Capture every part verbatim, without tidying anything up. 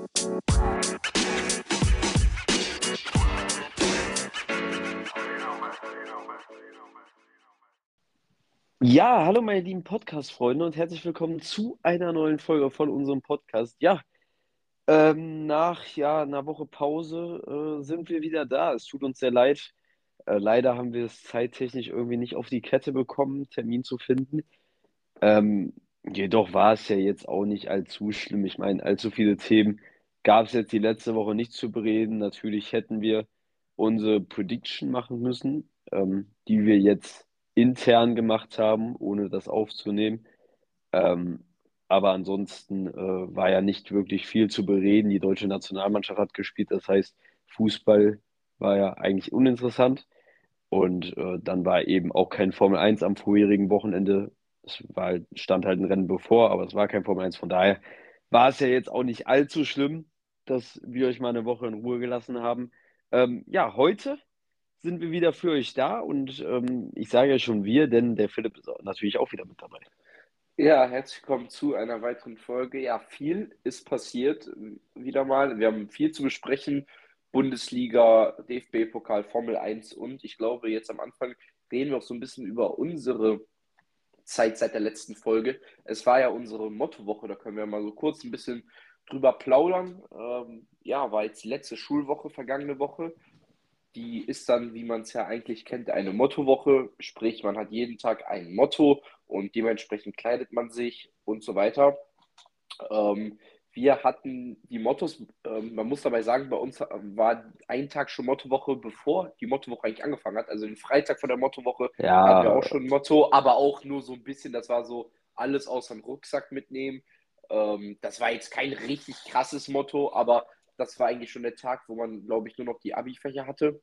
Ja, hallo meine lieben Podcast-Freunde und herzlich willkommen zu einer neuen Folge von unserem Podcast. Ja, ähm, nach ja, einer Woche Pause äh, sind wir wieder da. Es tut uns sehr leid. Äh, leider haben wir es zeittechnisch irgendwie nicht auf die Kette bekommen, einen Termin zu finden. Ähm, Jedoch war es ja jetzt auch nicht allzu schlimm. Ich meine, allzu viele Themen gab es jetzt die letzte Woche nicht zu bereden. Natürlich hätten wir unsere Prediction machen müssen, ähm, die wir jetzt intern gemacht haben, ohne das aufzunehmen. Ähm, aber ansonsten äh, war ja nicht wirklich viel zu bereden. Die deutsche Nationalmannschaft hat gespielt, das heißt, Fußball war ja eigentlich uninteressant. Und äh, dann war eben auch kein Formel eins am vorherigen Wochenende. Es war halt, stand halt ein Rennen bevor, aber es war kein Formel eins. Von daher war es ja jetzt auch nicht allzu schlimm, dass wir euch mal eine Woche in Ruhe gelassen haben. Ähm, ja, heute sind wir wieder für euch da und ähm, ich sage ja schon wir, denn der Philipp ist auch- natürlich auch wieder mit dabei. Ja, herzlich willkommen zu einer weiteren Folge. Ja, viel ist passiert, äh, wieder mal. Wir haben viel zu besprechen. Bundesliga, D F B-Pokal, Formel eins und ich glaube, jetzt am Anfang reden wir auch so ein bisschen über unsere Zeit seit der letzten Folge. Es war ja unsere Mottowoche, da können wir mal so kurz ein bisschen drüber plaudern. Ähm, ja, war jetzt die letzte Schulwoche, vergangene Woche. Die ist dann, wie man es ja eigentlich kennt, eine Mottowoche, sprich, man hat jeden Tag ein Motto und dementsprechend kleidet man sich und so weiter. Ähm, wir hatten die Mottos, ähm, man muss dabei sagen, bei uns ähm, war ein Tag schon Mottowoche, bevor die Mottowoche eigentlich angefangen hat. Also den Freitag vor der Mottowoche hatten wir Ja, auch schon ein Motto, aber auch nur so ein bisschen, das war so alles außer dem Rucksack mitnehmen. Ähm, das war jetzt kein richtig krasses Motto, aber das war eigentlich schon der Tag, wo man, glaube ich, nur noch die Abi-Fächer hatte.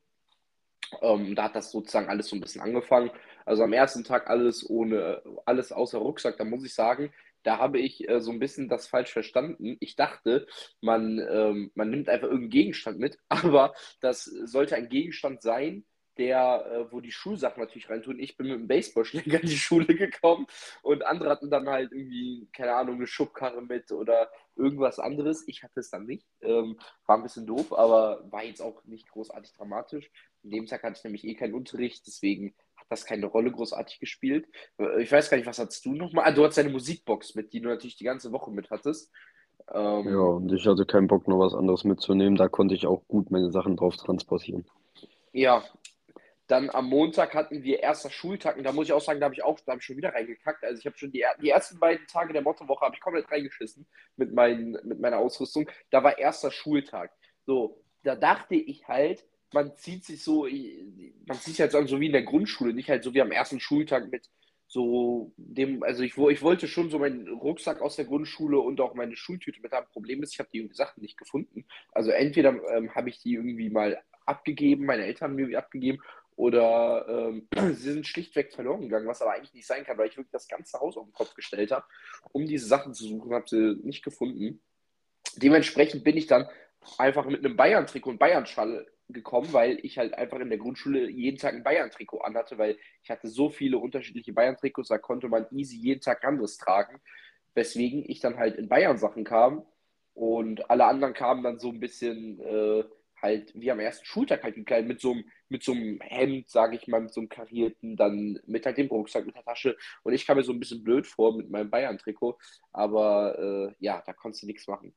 Ähm, da hat das sozusagen alles so ein bisschen angefangen. Also am ersten Tag alles ohne, alles außer Rucksack. Da muss ich sagen, da habe ich äh, so ein bisschen das falsch verstanden. Ich dachte, man, ähm, man nimmt einfach irgendeinen Gegenstand mit, aber das sollte ein Gegenstand sein, der, äh, wo die Schulsachen natürlich reintun. Ich bin mit einem Baseballschläger in die Schule gekommen und andere hatten dann halt irgendwie, keine Ahnung, eine Schubkarre mit oder irgendwas anderes. Ich hatte es dann nicht. Ähm, war ein bisschen doof, aber war jetzt auch nicht großartig dramatisch. An dem Tag hatte ich nämlich eh keinen Unterricht, deswegen hat das keine Rolle großartig gespielt. Äh, Ich weiß gar nicht, was hattest du nochmal? Ah, du hattest deine Musikbox mit, die du natürlich die ganze Woche mit hattest. ja, Ähm, und ich hatte keinen Bock, noch was anderes mitzunehmen. Da konnte ich auch gut meine Sachen drauf transportieren. ja, dann am Montag hatten wir erster Schultag und da muss ich auch sagen, da habe ich auch, da habe ich schon wieder reingekackt. Also ich habe schon die, die ersten beiden Tage der Mottowoche habe ich komplett reingeschissen mit, mein, mit meiner Ausrüstung. Da war erster Schultag. So, da dachte ich halt, man zieht sich so, man zieht sich halt so wie in der Grundschule, nicht halt so wie am ersten Schultag mit so dem, also ich, ich wollte schon so meinen Rucksack aus der Grundschule und auch meine Schultüte mit haben. Problem ist, ich habe die Sachen nicht gefunden. Also entweder ähm, habe ich die irgendwie mal abgegeben, meine Eltern haben mir abgegeben, oder ähm, sie sind schlichtweg verloren gegangen, was aber eigentlich nicht sein kann, weil ich wirklich das ganze Haus auf den Kopf gestellt habe, um diese Sachen zu suchen, habe sie nicht gefunden. Dementsprechend bin ich dann einfach mit einem Bayern-Trikot und Bayern-Schal gekommen, weil ich halt einfach in der Grundschule jeden Tag ein Bayern-Trikot anhatte, weil ich hatte so viele unterschiedliche Bayern-Trikots, da konnte man easy jeden Tag ein anderes tragen, weswegen ich dann halt in Bayern-Sachen kam und alle anderen kamen dann so ein bisschen äh, halt wie am ersten Schultag halt gekleidet mit so einem mit so einem Hemd, sage ich mal, mit so einem karierten, dann mit halt dem Rucksack, mit der Tasche und ich kam mir so ein bisschen blöd vor mit meinem Bayern-Trikot, aber äh, ja, da konntest du nichts machen.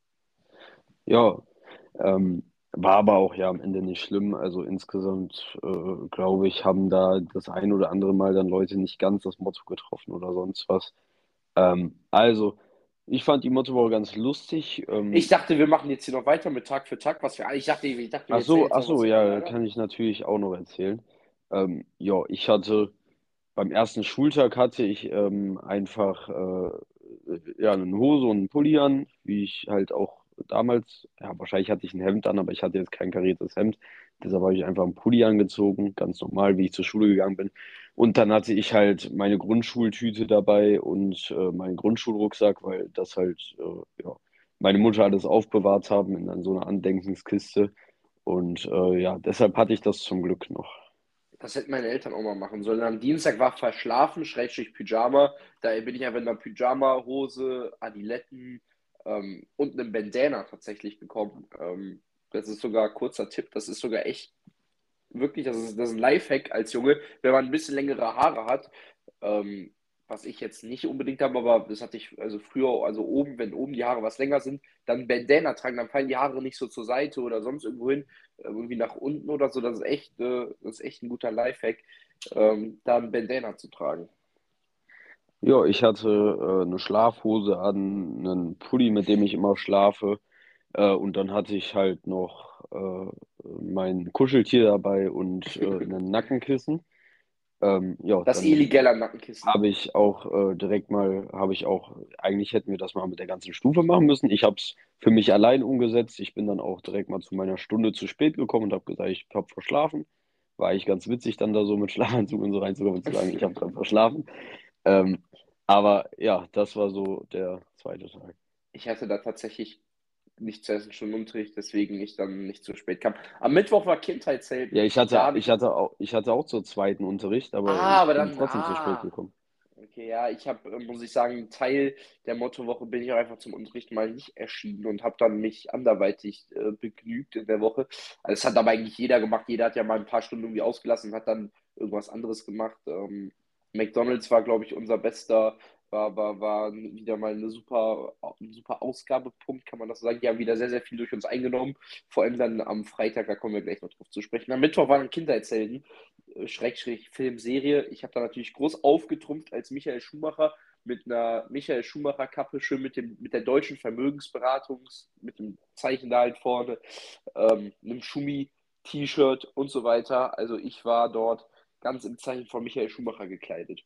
Ja, ähm, war aber auch ja am Ende nicht schlimm. Also insgesamt, äh, glaube ich, haben da das ein oder andere Mal dann Leute nicht ganz das Motto getroffen oder sonst was. Ähm, also, ich fand die Mottowoche ganz lustig. Ich Ähm, dachte, wir machen jetzt hier noch weiter mit Tag für Tag, was wir, ich dachte, ich dachte, wir ach erzählen so, jetzt ach noch, so, was wir ja, allgemein hatten. kann ich natürlich auch noch erzählen. Ähm, ja, ich hatte beim ersten Schultag hatte ich ähm, einfach äh, ja, eine Hose und einen Pulli an, wie ich halt auch damals, ja, wahrscheinlich hatte ich ein Hemd an, aber ich hatte jetzt kein kariertes Hemd. Deshalb habe ich einfach einen Pulli angezogen, ganz normal, wie ich zur Schule gegangen bin. Und dann hatte ich halt meine Grundschultüte dabei und äh, meinen Grundschulrucksack, weil das halt, äh, ja, meine Mutter alles aufbewahrt haben in so einer Andenkenskiste. Und äh, ja, deshalb hatte ich das zum Glück noch. Das hätten meine Eltern auch mal machen sollen. Am Dienstag war verschlafen, Schrägstrich Pyjama. Da bin ich einfach in einer Pyjama-Hose, Adiletten, ähm, und einen Bandana tatsächlich bekommen. Ähm, das ist sogar, kurzer Tipp, das ist sogar echt wirklich, das ist, das ist ein Lifehack als Junge, wenn man ein bisschen längere Haare hat, ähm, was ich jetzt nicht unbedingt habe, aber das hatte ich also früher, also oben, wenn oben die Haare was länger sind, dann Bandana tragen, dann fallen die Haare nicht so zur Seite oder sonst irgendwo hin, äh, irgendwie nach unten oder so. Das ist echt, äh, das ist echt ein guter Lifehack, ähm, da ein Bandana zu tragen. Ja, ich hatte äh, eine Schlafhose an, einen Pulli, mit dem ich immer schlafe. Äh, und dann hatte ich halt noch äh, mein Kuscheltier dabei und äh, ein Nackenkissen. Ähm, ja, Das dann illegaler Nackenkissen. habe ich auch äh, direkt mal, habe ich auch, eigentlich hätten wir das mal mit der ganzen Stufe machen müssen. Ich habe es für mich allein umgesetzt. Ich bin dann auch direkt mal zu meiner Stunde zu spät gekommen und habe gesagt, ich habe verschlafen. War eigentlich ganz witzig, dann da so mit Schlafanzug und so reinzukommen und zu sagen, ich habe gerade verschlafen. Ähm, aber ja, das war so der zweite Tag. Ich hatte da tatsächlich nicht zu essen schon Unterricht, deswegen ich dann nicht zu spät kam. Am Mittwoch war Ja, Kindheitshelden. ich Da hatte, habe ich ich. hatte auch, ich hatte auch zur zweiten Unterricht, aber Ah, ich aber bin dann. trotzdem zu spät Ah. gekommen. Okay, ja, ich habe, äh, muss ich sagen, einen Teil der Mottowoche bin ich auch einfach zum Unterricht mal nicht erschienen und habe dann mich anderweitig äh, begnügt in der Woche. Also das hat aber eigentlich jeder gemacht. Jeder hat ja mal ein paar Stunden irgendwie ausgelassen und hat dann irgendwas anderes gemacht. Ähm, McDonald's war, glaube ich, unser bester, war, war, war wieder mal eine super, ein super Ausgabepunkt, kann man das so sagen. Die haben wieder sehr, sehr viel durch uns eingenommen. Vor allem dann am Freitag, da kommen wir gleich noch drauf zu sprechen. Am Mittwoch waren Kindheitshelden. Schrägstrich Filmserie. Ich habe da natürlich groß aufgetrumpft als Michael Schumacher mit einer Michael Schumacher-Kappe, schön mit, dem, mit der deutschen Vermögensberatung, mit dem Zeichen da halt vorne, ähm, einem Schumi-T-Shirt und so weiter. Also ich war dort ganz im Zeichen von Michael Schumacher gekleidet.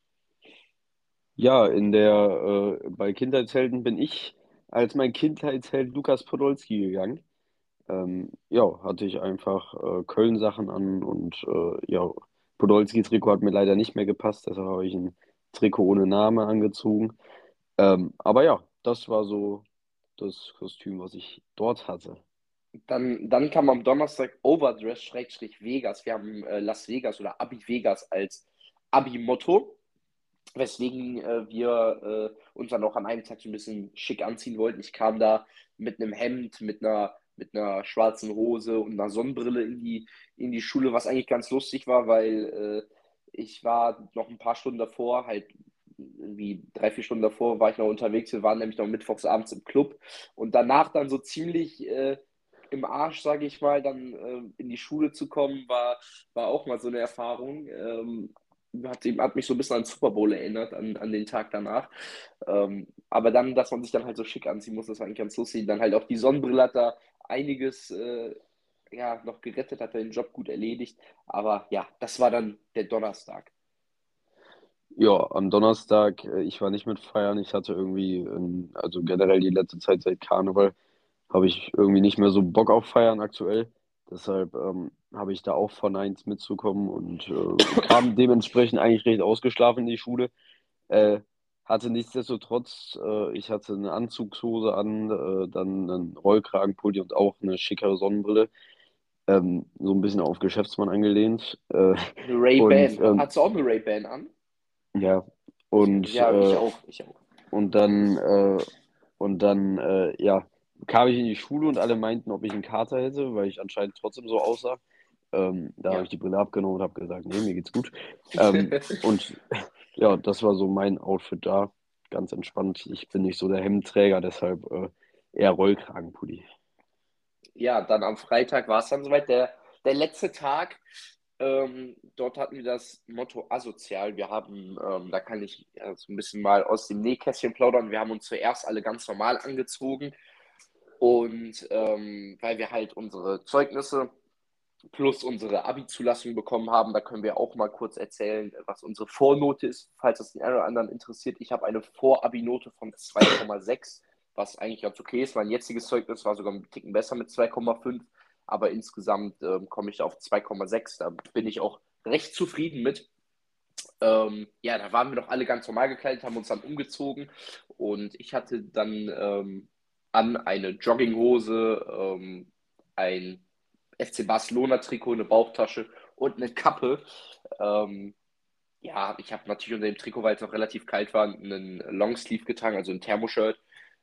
Ja, in der, äh, bei Kindheitshelden bin ich als mein Kindheitsheld Lukas Podolski gegangen. Ähm, ja, hatte ich einfach äh, Köln-Sachen an und äh, ja, Podolski-Trikot hat mir leider nicht mehr gepasst, deshalb habe ich ein Trikot ohne Name angezogen. Ähm, aber ja, das war so das Kostüm, was ich dort hatte. Dann, dann kam am Donnerstag Overdress-Vegas. Wir haben äh, Las Vegas oder Abi Vegas als Abi-Motto. Weswegen äh, wir äh, uns dann auch an einem Tag so ein bisschen schick anziehen wollten. Ich kam da mit einem Hemd, mit einer, mit einer schwarzen Hose und einer Sonnenbrille in die, in die Schule, was eigentlich ganz lustig war, weil äh, ich war noch ein paar Stunden davor, halt irgendwie drei, vier Stunden davor war ich noch unterwegs. Wir waren nämlich noch mittwochs abends im Club und danach dann so ziemlich äh, im Arsch, sage ich mal, dann äh, in die Schule zu kommen, war, war auch mal so eine Erfahrung. Ähm, hat, hat mich so ein bisschen an Super Bowl erinnert, an, an den Tag danach. Ähm, aber dann, dass man sich dann halt so schick anziehen muss, das war eigentlich ganz lustig. Dann halt auch die Sonnenbrille hat da einiges äh, ja, noch gerettet, hat er den Job gut erledigt. Aber ja, das war dann der Donnerstag. Ja, am Donnerstag, äh, ich war nicht mit feiern. Ich hatte irgendwie, ähm, also generell die letzte Zeit seit Karneval, habe ich irgendwie nicht mehr so Bock auf Feiern aktuell. Deshalb ähm, habe ich da auch verneint mitzukommen und äh, kam dementsprechend eigentlich recht ausgeschlafen in die Schule. Äh, hatte nichtsdestotrotz, äh, ich hatte eine Anzugshose an, äh, dann einen Rollkragenpulli und auch eine schickere Sonnenbrille. Ähm, so ein bisschen auf Geschäftsmann angelehnt. Äh, Eine und Ray-Ban. ähm, Hattest du auch eine Ray-Ban an? ja, Ich, und ja, ich äh, auch. Ich auch. Und dann, äh, und dann, äh, ja, kam ich in die Schule und alle meinten, ob ich einen Kater hätte, weil ich anscheinend trotzdem so aussah. Ähm, da habe Ja. ich die Brille abgenommen und habe gesagt, nee, mir geht's gut. Ähm, und ja, das war so mein Outfit da. Ganz entspannt. Ich bin nicht so der Hemdträger, deshalb äh, eher Rollkragenpulli. Ja, dann am Freitag war es dann soweit. Der, der letzte Tag, ähm, dort hatten wir das Motto asozial. Wir haben, ähm, da kann ich ja, so ein bisschen mal aus dem Nähkästchen plaudern. Wir haben uns zuerst alle ganz normal angezogen und ähm, weil wir halt unsere Zeugnisse plus unsere Abi-Zulassung bekommen haben, da können wir auch mal kurz erzählen, was unsere Vornote ist, falls das den einen oder anderen interessiert. Ich habe eine Vor-Abi-Note von zwei Komma sechs, was eigentlich ganz okay ist. Mein jetziges Zeugnis war sogar ein Ticken besser mit zwei Komma fünf, aber insgesamt ähm, komme ich auf zwei Komma sechs. Da bin ich auch recht zufrieden mit. Ähm, ja, da waren wir doch alle ganz normal gekleidet, haben uns dann umgezogen und ich hatte dann ähm, an eine Jogginghose, ähm, ein F C Barcelona-Trikot, eine Bauchtasche und eine Kappe. Ähm, ja, ich habe natürlich unter dem Trikot, weil es noch relativ kalt war, einen Longsleeve getragen, also ein Thermoshirt.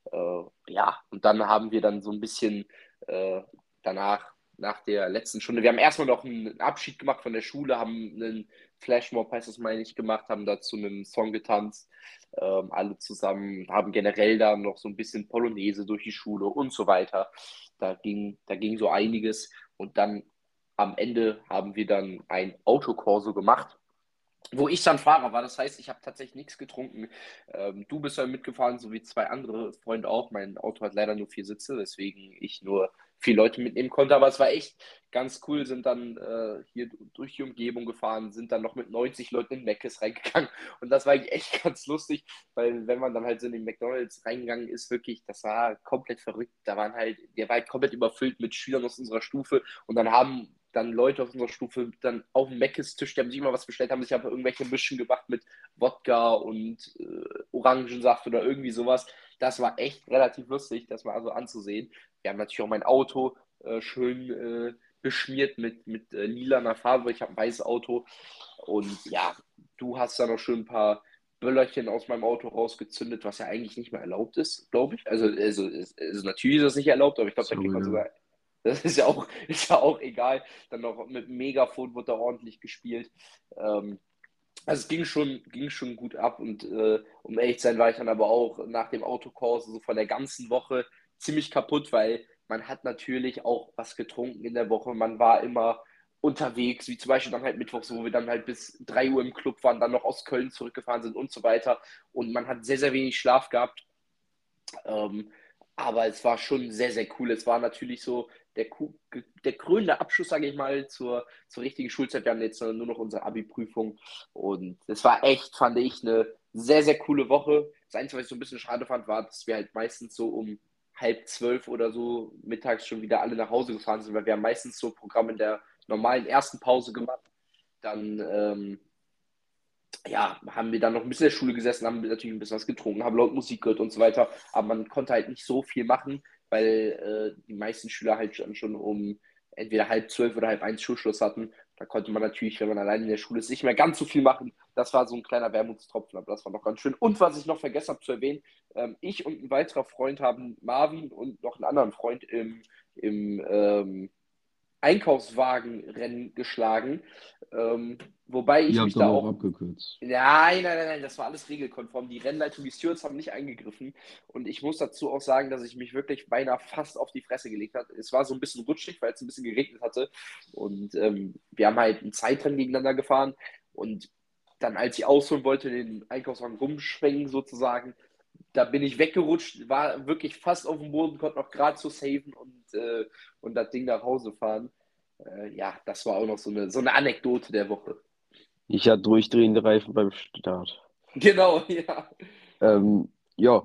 Äh, ja, und dann haben wir dann so ein bisschen äh, danach, nach der letzten Stunde, wir haben erstmal noch einen Abschied gemacht von der Schule, haben einen Flashmob, heißt das meine ich, gemacht, haben dazu einen Song getanzt, ähm, alle zusammen, haben generell dann noch so ein bisschen Polonaise durch die Schule und so weiter. Da ging, da ging so einiges und dann am Ende haben wir dann ein Autokorso gemacht, wo ich dann Fahrer war. Das heißt, ich habe tatsächlich nichts getrunken. Ähm, du bist dann mitgefahren, so wie zwei andere Freunde auch. Mein Auto hat leider nur vier Sitze, weswegen ich nur vier Leute mitnehmen konnte. Aber es war echt ganz cool, sind dann äh, hier durch die Umgebung gefahren, sind dann noch mit neunzig Leuten in Mc's reingegangen. Und das war eigentlich echt ganz lustig, weil wenn man dann halt so in den McDonalds reingegangen ist, wirklich, das war komplett verrückt. Da waren halt, der war halt komplett überfüllt mit Schülern aus unserer Stufe und dann haben dann Leute aus unserer Stufe dann auf dem Mc's-Tisch, die haben sich immer was bestellt, haben sich aber irgendwelche Mischen gemacht mit Wodka und äh, Orangensaft oder irgendwie sowas. Das war echt relativ lustig, das mal so anzusehen. Wir haben natürlich auch mein Auto äh, schön äh, beschmiert mit, mit äh, lilaner Farbe. Ich habe ein weißes Auto. Und ja, du hast da noch schön ein paar Böllerchen aus meinem Auto rausgezündet, was ja eigentlich nicht mehr erlaubt ist, glaube ich. Also, also, also natürlich ist das nicht erlaubt, aber ich glaube, da kriegt Sorry, man ja. sogar. Das ist ja auch, ist ja auch egal. Dann noch mit dem Megafon wurde da ordentlich gespielt. Ähm, also es ging schon, ging schon gut ab und äh, um ehrlich zu sein, war ich dann aber auch nach dem Autokurs, so von der ganzen Woche ziemlich kaputt, weil man hat natürlich auch was getrunken in der Woche. Man war immer unterwegs, wie zum Beispiel dann halt mittwochs, wo wir dann halt bis drei Uhr im Club waren, dann noch aus Köln zurückgefahren sind und so weiter. Und man hat sehr, sehr wenig Schlaf gehabt. Ähm, aber es war schon sehr, sehr cool. Es war natürlich so der, der krönende Abschluss, sage ich mal, zur, zur richtigen Schulzeit. Wir haben jetzt nur noch unsere Abi-Prüfung und es war echt, fand ich, eine sehr, sehr coole Woche. Das Einzige, was ich so ein bisschen schade fand, war, dass wir halt meistens so um halb zwölf oder so mittags schon wieder alle nach Hause gefahren sind, weil wir haben meistens so Programm in der normalen ersten Pause gemacht. Dann ähm, ja, haben wir dann noch ein bisschen in der Schule gesessen, haben natürlich ein bisschen was getrunken, haben laut Musik gehört und so weiter. Aber man konnte halt nicht so viel machen, weil äh, die meisten Schüler halt schon, schon um entweder halb zwölf oder halb eins Schulschluss hatten. Da konnte man natürlich, wenn man allein in der Schule ist, nicht mehr ganz so viel machen. Das war so ein kleiner Wermutstropfen, aber das war noch ganz schön. Und was ich noch vergessen habe zu erwähnen, ähm, ich und ein weiterer Freund haben Marvin und noch einen anderen Freund im, im ähm, Einkaufswagenrennen geschlagen. Ähm, wobei ich Ihr habt mich da aber auch auch. abgekürzt. Nein, nein, nein, nein, das war alles regelkonform. Die Rennleitung, die Stewards haben nicht eingegriffen. Und ich muss dazu auch sagen, dass ich mich wirklich beinahe fast auf die Fresse gelegt habe. Es war so ein bisschen rutschig, weil es ein bisschen geregnet hatte. Und ähm, wir haben halt ein Zeitrennen gegeneinander gefahren. Und dann, als ich ausholen wollte, den Einkaufswagen rumschwenken sozusagen, da bin ich weggerutscht, war wirklich fast auf dem Boden, konnte noch gerade so saven und, äh, und das Ding nach Hause fahren. Äh, ja, das war auch noch so eine, so eine Anekdote der Woche. Ich hatte durchdrehende Reifen beim Start. Genau, ja. Ähm, ja,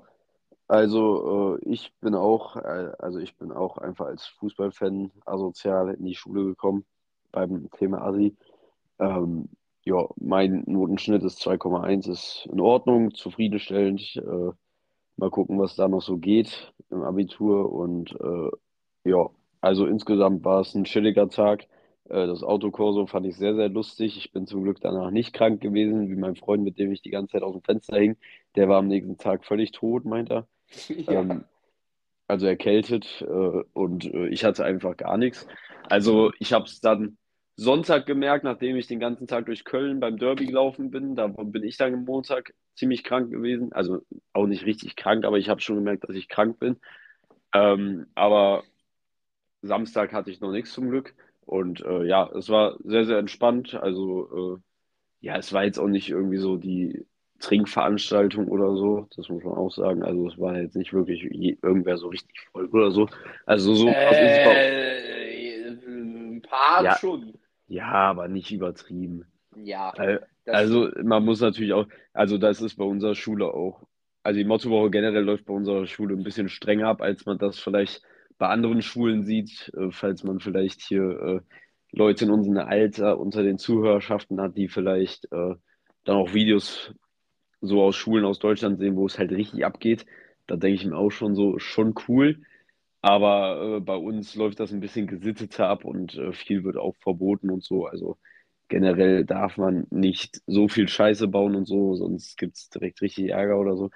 also äh, ich bin auch, äh, also ich bin auch einfach als Fußballfan asozial in die Schule gekommen beim Thema Asi. Ähm, ja, mein Notenschnitt ist zwei Komma eins, ist in Ordnung, zufriedenstellend. Äh, mal gucken, was da noch so geht im Abitur. Und äh, ja, also insgesamt war es ein chilliger Tag. Äh, das Autokorso fand ich sehr, sehr lustig. Ich bin zum Glück danach nicht krank gewesen, wie mein Freund, mit dem ich die ganze Zeit aus dem Fenster hing. Der war am nächsten Tag völlig tot, meint er. Ja. Ähm, also erkältet äh, und äh, ich hatte einfach gar nichts. Also ich habe es dann Sonntag gemerkt, nachdem ich den ganzen Tag durch Köln beim Derby gelaufen bin. Da bin ich dann am Montag ziemlich krank gewesen. Also auch nicht richtig krank, aber ich habe schon gemerkt, dass ich krank bin. Ähm, aber Samstag hatte ich noch nichts zum Glück. Und äh, ja, es war sehr, sehr entspannt. Also äh, ja, es war jetzt auch nicht irgendwie so die Trinkveranstaltung oder so, das muss man auch sagen. Also es war jetzt nicht wirklich je, irgendwer so richtig voll oder so. Also so krass ist es bei, Äh, ein paar ja, schon. ja, aber nicht übertrieben. Ja, Äh, das Also stimmt. man muss natürlich auch, also das ist bei unserer Schule auch, also die Mottowoche generell läuft bei unserer Schule ein bisschen strenger ab, als man das vielleicht bei anderen Schulen sieht, äh, falls man vielleicht hier äh, Leute in unserem Alter unter den Zuhörerschaften hat, die vielleicht äh, dann auch Videos so aus Schulen aus Deutschland sehen, wo es halt richtig abgeht. Da denke ich mir auch schon so, schon cool. Aber äh, bei uns läuft das ein bisschen gesitteter ab und äh, viel wird auch verboten und so. Also generell darf man nicht so viel Scheiße bauen und so, sonst gibt es direkt richtig Ärger oder so.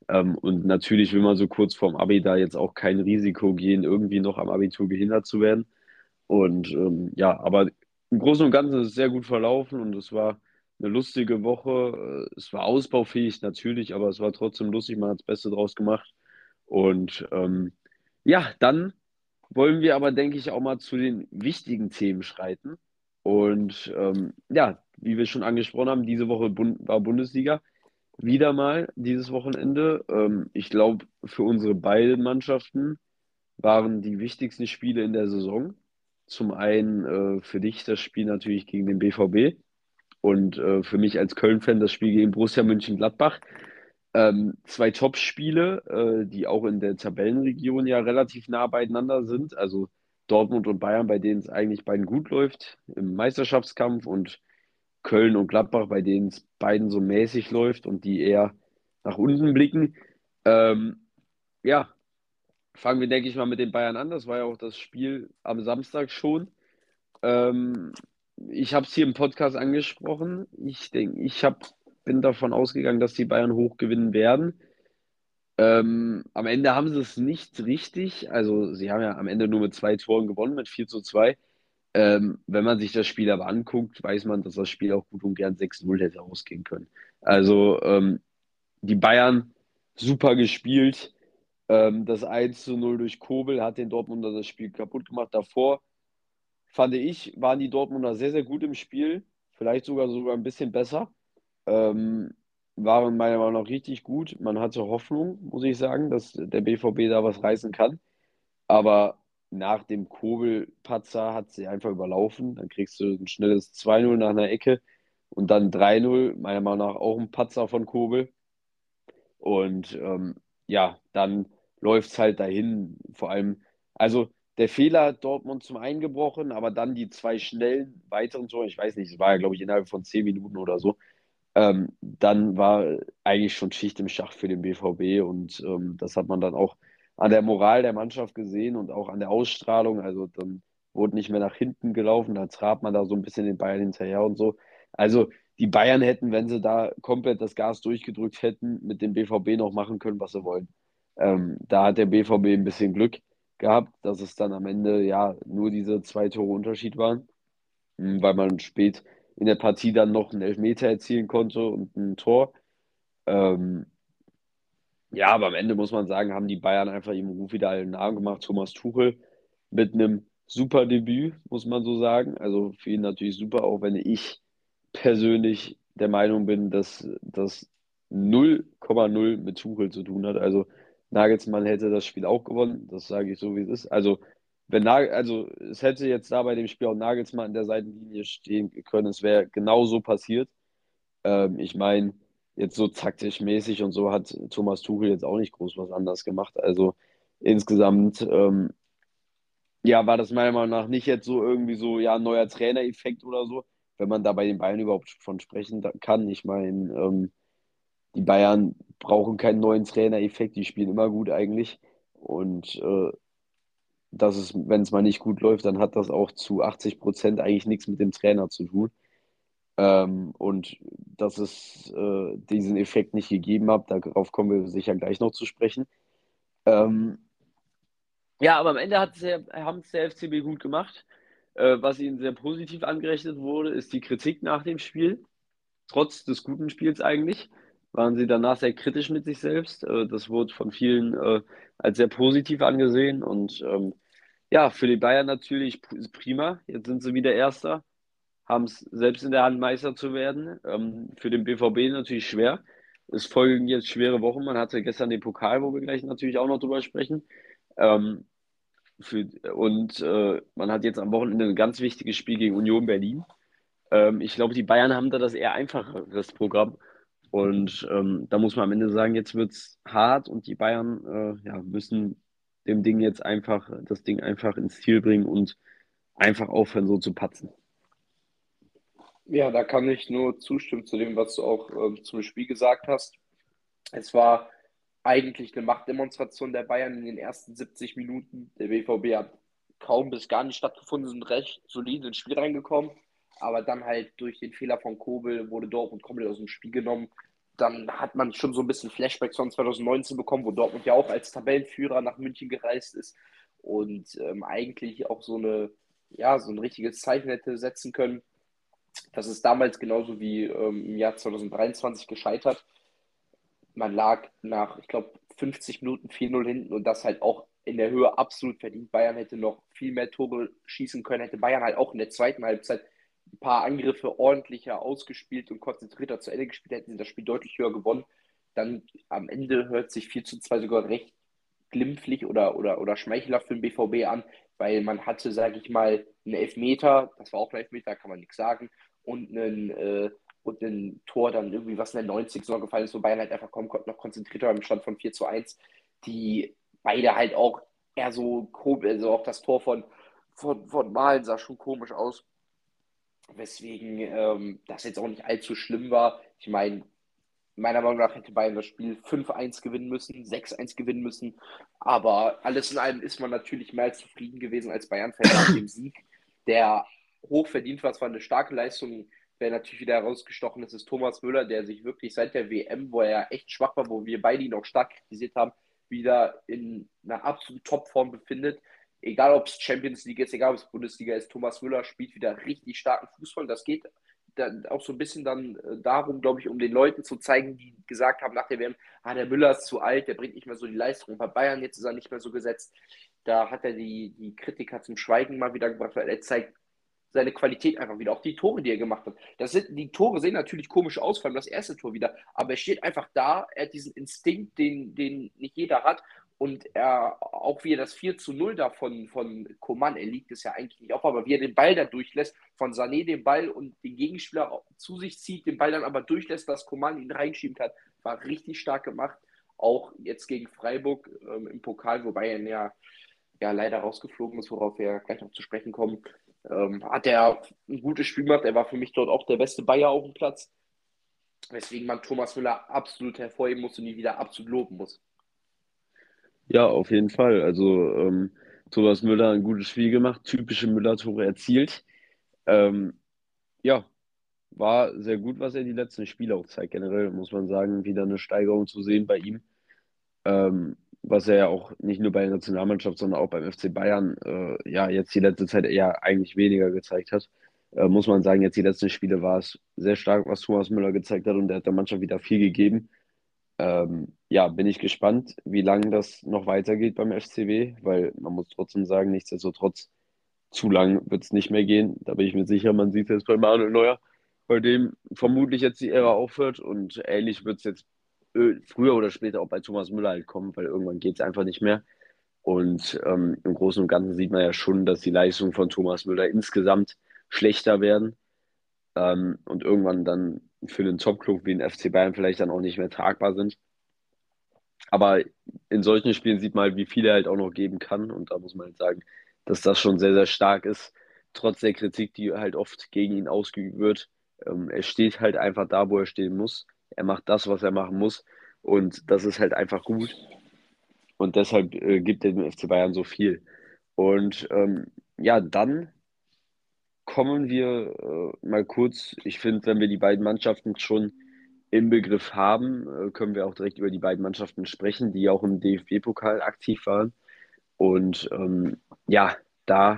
Ähm, und natürlich will man so kurz vorm Abi da jetzt auch kein Risiko gehen, irgendwie noch am Abitur gehindert zu werden. Und ähm, ja, aber im Großen und Ganzen ist es sehr gut verlaufen und es war eine lustige Woche. Äh, Es war ausbaufähig natürlich, aber es war trotzdem lustig. Man hat das Beste draus gemacht. Und ähm, ja, dann wollen wir aber, denke ich, auch mal zu den wichtigen Themen schreiten. Und ähm, ja, wie wir schon angesprochen haben, diese Woche Bund war Bundesliga. Wieder mal dieses Wochenende. Ähm, ich glaube, für unsere beiden Mannschaften waren die wichtigsten Spiele in der Saison. Zum einen äh, für dich das Spiel natürlich gegen den B V B und äh, für mich als Köln-Fan das Spiel gegen Borussia Mönchengladbach. Ähm, zwei Top-Spiele, äh, die auch in der Tabellenregion ja relativ nah beieinander sind. Also Dortmund und Bayern, bei denen es eigentlich beiden gut läuft im Meisterschaftskampf und Köln und Gladbach, bei denen es beiden so mäßig läuft und die eher nach unten blicken. Ähm, ja, fangen wir, denke ich mal, mit den Bayern an. Das war ja auch das Spiel am Samstag schon. Ähm, Ich habe es hier im Podcast angesprochen. Ich denke, ich hab, bin davon ausgegangen, dass die Bayern hoch gewinnen werden. Ähm, am Ende haben sie es nicht richtig. Also sie haben ja am Ende nur mit zwei Toren gewonnen, mit vier zu zwei. Ähm, wenn man sich das Spiel aber anguckt, weiß man, dass das Spiel auch gut und gern sechs null hätte ausgehen können. Also ähm, die Bayern super gespielt. Ähm, das eins zu null durch Kobel hat den Dortmunder das Spiel kaputt gemacht. Davor, fand ich, waren die Dortmunder sehr, sehr gut im Spiel. Vielleicht sogar sogar ein bisschen besser. Ähm, Waren meiner Meinung nach richtig gut. Man hatte Hoffnung, muss ich sagen, dass der B V B da was reißen kann. Aber nach dem Kobel-Patzer hat sie einfach überlaufen. Dann kriegst du ein schnelles zwei null nach einer Ecke und dann drei null, meiner Meinung nach auch ein Patzer von Kobel. Und ähm, ja, dann läuft es halt dahin. Vor allem, also der Fehler hat Dortmund zum einen gebrochen, aber dann die zwei schnellen weiteren Tore, ich weiß nicht, es war ja, glaube ich, innerhalb von zehn Minuten oder so. Ähm, dann war eigentlich schon Schicht im Schacht für den B V B und ähm, das hat man dann auch an der Moral der Mannschaft gesehen und auch an der Ausstrahlung. Also dann wurde nicht mehr nach hinten gelaufen, dann trat man da so ein bisschen den Bayern hinterher und so. Also die Bayern hätten, wenn sie da komplett das Gas durchgedrückt hätten, mit dem B V B noch machen können, was sie wollen. Ähm, da hat der B V B ein bisschen Glück gehabt, dass es dann am Ende ja nur diese zwei Tore Unterschied waren, mh, weil man spät in der Partie dann noch einen Elfmeter erzielen konnte und ein Tor. Ähm, ja, aber am Ende muss man sagen, haben die Bayern einfach ihrem Ruf wieder einen Namen gemacht. Thomas Tuchel mit einem super Debüt, muss man so sagen. Also für ihn natürlich super, auch wenn ich persönlich der Meinung bin, dass das null Komma null mit Tuchel zu tun hat. Also Nagelsmann hätte das Spiel auch gewonnen, das sage ich so, wie es ist. Also wenn Nagel, also es hätte jetzt da bei dem Spiel auch Nagelsmann an der Seitenlinie stehen können, es wäre genau so passiert. Ähm, ich meine, jetzt so taktisch mäßig und so hat Thomas Tuchel jetzt auch nicht groß was anders gemacht. Also insgesamt, ähm, ja, war das meiner Meinung nach nicht jetzt so irgendwie so, ja, ein neuer Trainereffekt oder so, wenn man da bei den Bayern überhaupt von sprechen da- kann. Ich meine, ähm, die Bayern brauchen keinen neuen Trainereffekt, die spielen immer gut eigentlich. Und äh, das ist, wenn es mal nicht gut läuft, dann hat das auch zu achtzig Prozent eigentlich nichts mit dem Trainer zu tun. Ähm, und dass es äh, diesen Effekt nicht gegeben hat, darauf kommen wir sicher gleich noch zu sprechen. Ähm, ja, aber am Ende hat der, haben es der F C B gut gemacht. Äh, was ihnen sehr positiv angerechnet wurde, ist die Kritik nach dem Spiel. Trotz des guten Spiels eigentlich waren sie danach sehr kritisch mit sich selbst. Äh, das wurde von vielen äh, als sehr positiv angesehen. Und ähm, ja, für die Bayern natürlich prima. Jetzt sind sie wieder Erster, haben es selbst in der Hand, Meister zu werden. Ähm, für den B V B natürlich schwer. Es folgen jetzt schwere Wochen. Man hatte gestern den Pokal, wo wir gleich natürlich auch noch drüber sprechen. Ähm, für, und äh, man hat jetzt am Wochenende ein ganz wichtiges Spiel gegen Union Berlin. Ähm, ich glaube, die Bayern haben da das eher einfacheres Programm. Und ähm, da muss man am Ende sagen, jetzt wird es hart und die Bayern äh, ja, müssen dem Ding jetzt einfach, das Ding einfach ins Ziel bringen und einfach aufhören, so zu patzen. Ja, da kann ich nur zustimmen zu dem, was du auch ähm, zum Spiel gesagt hast. Es war eigentlich eine Machtdemonstration der Bayern in den ersten siebzig Minuten. Der B V B hat kaum bis gar nicht stattgefunden, sind recht solide ins Spiel reingekommen. Aber dann halt durch den Fehler von Kobel wurde Dortmund komplett aus dem Spiel genommen. dann hat man schon so ein bisschen Flashbacks von zwanzig neunzehn bekommen, wo Dortmund ja auch als Tabellenführer nach München gereist ist und ähm, eigentlich auch so eine, ja, so ein richtiges Zeichen hätte setzen können. Das ist damals genauso wie ähm, im Jahr zwanzig dreiundzwanzig gescheitert. Man lag nach, ich glaube, fünfzig Minuten vier null hinten und das halt auch in der Höhe absolut verdient. Bayern hätte noch viel mehr Tore schießen können, hätte Bayern halt auch in der zweiten Halbzeit ein paar Angriffe ordentlicher ausgespielt und konzentrierter zu Ende gespielt, hätten sie das Spiel deutlich höher gewonnen. Dann am Ende hört sich vier zu zwei sogar recht glimpflich oder, oder, oder schmeichelhaft für den B V B an, weil man hatte, sage ich mal, einen Elfmeter, das war auch ein Elfmeter, kann man nichts sagen, und einen, äh, und ein Tor dann irgendwie, was in der neunzig so gefallen ist, wo Bayern halt einfach kommen konnte, noch konzentrierter im Stand von vier zu eins, die beide halt auch eher so komisch, also auch das Tor von, von, von Malen sah schon komisch aus, weswegen ähm, das jetzt auch nicht allzu schlimm war. Ich meine, meiner Meinung nach hätte Bayern das Spiel fünf eins gewinnen müssen, sechs eins gewinnen müssen. Aber alles in allem ist man natürlich mehr als zufrieden gewesen als Bayern-Fan mit dem Sieg, der hoch verdient war. Es war eine starke Leistung. Wer natürlich wieder herausgestochen ist, ist Thomas Müller, der sich wirklich seit der W M, wo er echt schwach war, wo wir beide ihn auch stark kritisiert haben, wieder in einer absoluten Topform befindet. Egal, ob es Champions League ist, egal, ob es Bundesliga ist, Thomas Müller spielt wieder richtig starken Fußball. Das geht dann auch so ein bisschen dann äh, darum, glaube ich, um den Leuten zu zeigen, die gesagt haben nach der W M, ah, der Müller ist zu alt, der bringt nicht mehr so die Leistung. Bei Bayern jetzt ist er nicht mehr so gesetzt. Da hat er die, die Kritiker zum Schweigen mal wieder gebracht, weil er zeigt seine Qualität einfach wieder. Auch die Tore, die er gemacht hat. Das sind, die Tore sehen natürlich komisch aus, vor allem das erste Tor wieder, aber er steht einfach da, er hat diesen Instinkt, den, den nicht jeder hat. Und er, auch wie er das vier zu null da von, von Coman, er liegt es ja eigentlich nicht auf, aber wie er den Ball da durchlässt, von Sané den Ball und den Gegenspieler zu sich zieht, den Ball dann aber durchlässt, dass Coman ihn reinschieben kann, war richtig stark gemacht. Auch jetzt gegen Freiburg ähm, im Pokal, wobei er ja, ja leider rausgeflogen ist, worauf wir gleich noch zu sprechen kommen, ähm, hat er ein gutes Spiel gemacht. Er war für mich dort auch der beste Bayer auf dem Platz, weswegen man Thomas Müller absolut hervorheben muss und ihn wieder absolut loben muss. Ja, auf jeden Fall. Also ähm, Thomas Müller ein gutes Spiel gemacht, typische Müller-Tore erzielt. Ähm, ja, war sehr gut, was er die letzten Spiele auch zeigt. Generell muss man sagen, wieder eine Steigerung zu sehen bei ihm. Ähm, was er ja auch nicht nur bei der Nationalmannschaft, sondern auch beim F C Bayern äh, ja jetzt die letzte Zeit eher eigentlich weniger gezeigt hat. Äh, muss man sagen, jetzt die letzten Spiele war es sehr stark, was Thomas Müller gezeigt hat und der hat der Mannschaft wieder viel gegeben. Ähm, ja, bin ich gespannt, wie lange das noch weitergeht beim F C B, weil man muss trotzdem sagen, nichtsdestotrotz, zu lang wird es nicht mehr gehen. Da bin ich mir sicher, man sieht es jetzt bei Manuel Neuer, bei dem vermutlich jetzt die Ära aufhört und ähnlich wird es jetzt äh, früher oder später auch bei Thomas Müller halt kommen, weil irgendwann geht es einfach nicht mehr. Und ähm, im Großen und Ganzen sieht man ja schon, dass die Leistungen von Thomas Müller insgesamt schlechter werden ähm, und irgendwann dann für einen Top-Club wie den F C Bayern vielleicht dann auch nicht mehr tragbar sind. Aber in solchen Spielen sieht man halt, wie viel er halt auch noch geben kann. Und da muss man halt sagen, dass das schon sehr, sehr stark ist, trotz der Kritik, die halt oft gegen ihn ausgeübt wird. Ähm, er steht halt einfach da, wo er stehen muss. Er macht das, was er machen muss. Und das ist halt einfach gut. Und deshalb äh, gibt er dem F C Bayern so viel. Und ähm, ja, dann kommen wir äh, mal kurz. Ich finde, wenn wir die beiden Mannschaften schon im Begriff haben, äh, können wir auch direkt über die beiden Mannschaften sprechen, die auch im D F B-Pokal aktiv waren. Und ähm, ja, da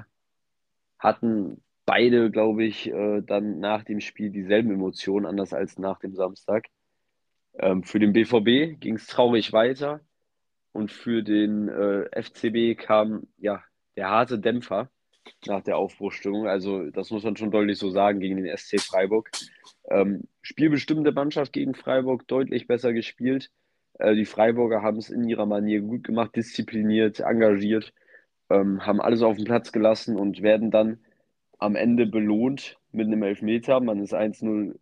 hatten beide, glaube ich, äh, dann nach dem Spiel dieselben Emotionen, anders als nach dem Samstag. Ähm, für den B V B ging es traurig weiter und für den äh, F C B kam ja der harte Dämpfer nach der Aufbruchstimmung. Also das muss man schon deutlich so sagen gegen den S C Freiburg. Ähm, spielbestimmende Mannschaft gegen Freiburg, deutlich besser gespielt. Äh, die Freiburger haben es in ihrer Manier gut gemacht, diszipliniert, engagiert, ähm, haben alles auf den Platz gelassen und werden dann am Ende belohnt mit einem Elfmeter. Man ist eins null,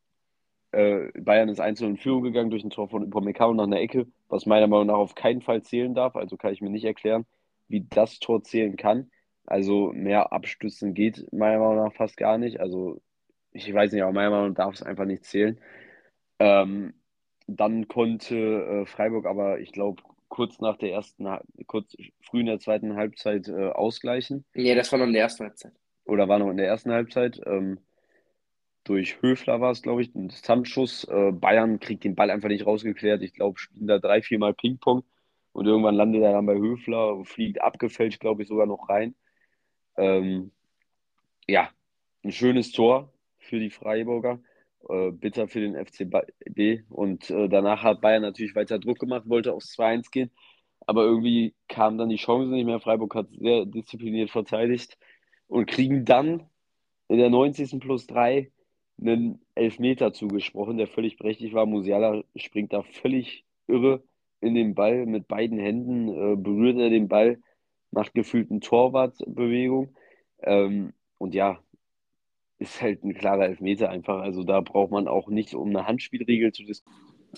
äh, Bayern ist eins null in Führung gegangen durch ein Tor von Upamecano nach einer Ecke, was meiner Meinung nach auf keinen Fall zählen darf. Also kann ich mir nicht erklären, wie das Tor zählen kann. Also mehr abstützen geht meiner Meinung nach fast gar nicht. Also ich weiß nicht, aber meiner Meinung nach darf es einfach nicht zählen. Ähm, Dann konnte äh, Freiburg aber, ich glaube, kurz nach der ersten, Ha- kurz früh in der zweiten Halbzeit äh, ausgleichen. Nee, das war noch in der ersten Halbzeit. Oder war noch in der ersten Halbzeit. Ähm, durch Höfler war es, glaube ich, ein Distanzschuss. Äh, Bayern kriegt den Ball einfach nicht rausgeklärt. Ich glaube, spielen da drei, viermal Ping-Pong und irgendwann landet er dann bei Höfler und fliegt abgefälscht, glaube ich, sogar noch rein. Ähm, ja, ein schönes Tor für die Freiburger. Äh, bitter für den F C B. Und äh, danach hat Bayern natürlich weiter Druck gemacht, wollte aufs zwei eins gehen. Aber irgendwie kamen dann die Chancen nicht mehr. Freiburg hat sehr diszipliniert verteidigt und kriegen dann in der neunzigsten plus drei einen Elfmeter zugesprochen, der völlig berechtigt war. Musiala springt da völlig irre in den Ball mit beiden Händen, äh, berührt er den Ball, macht gefühlt eine Torwartbewegung. Ähm, und ja, ist halt ein klarer Elfmeter einfach. Also da braucht man auch nicht, um eine Handspielregel zu diskutieren.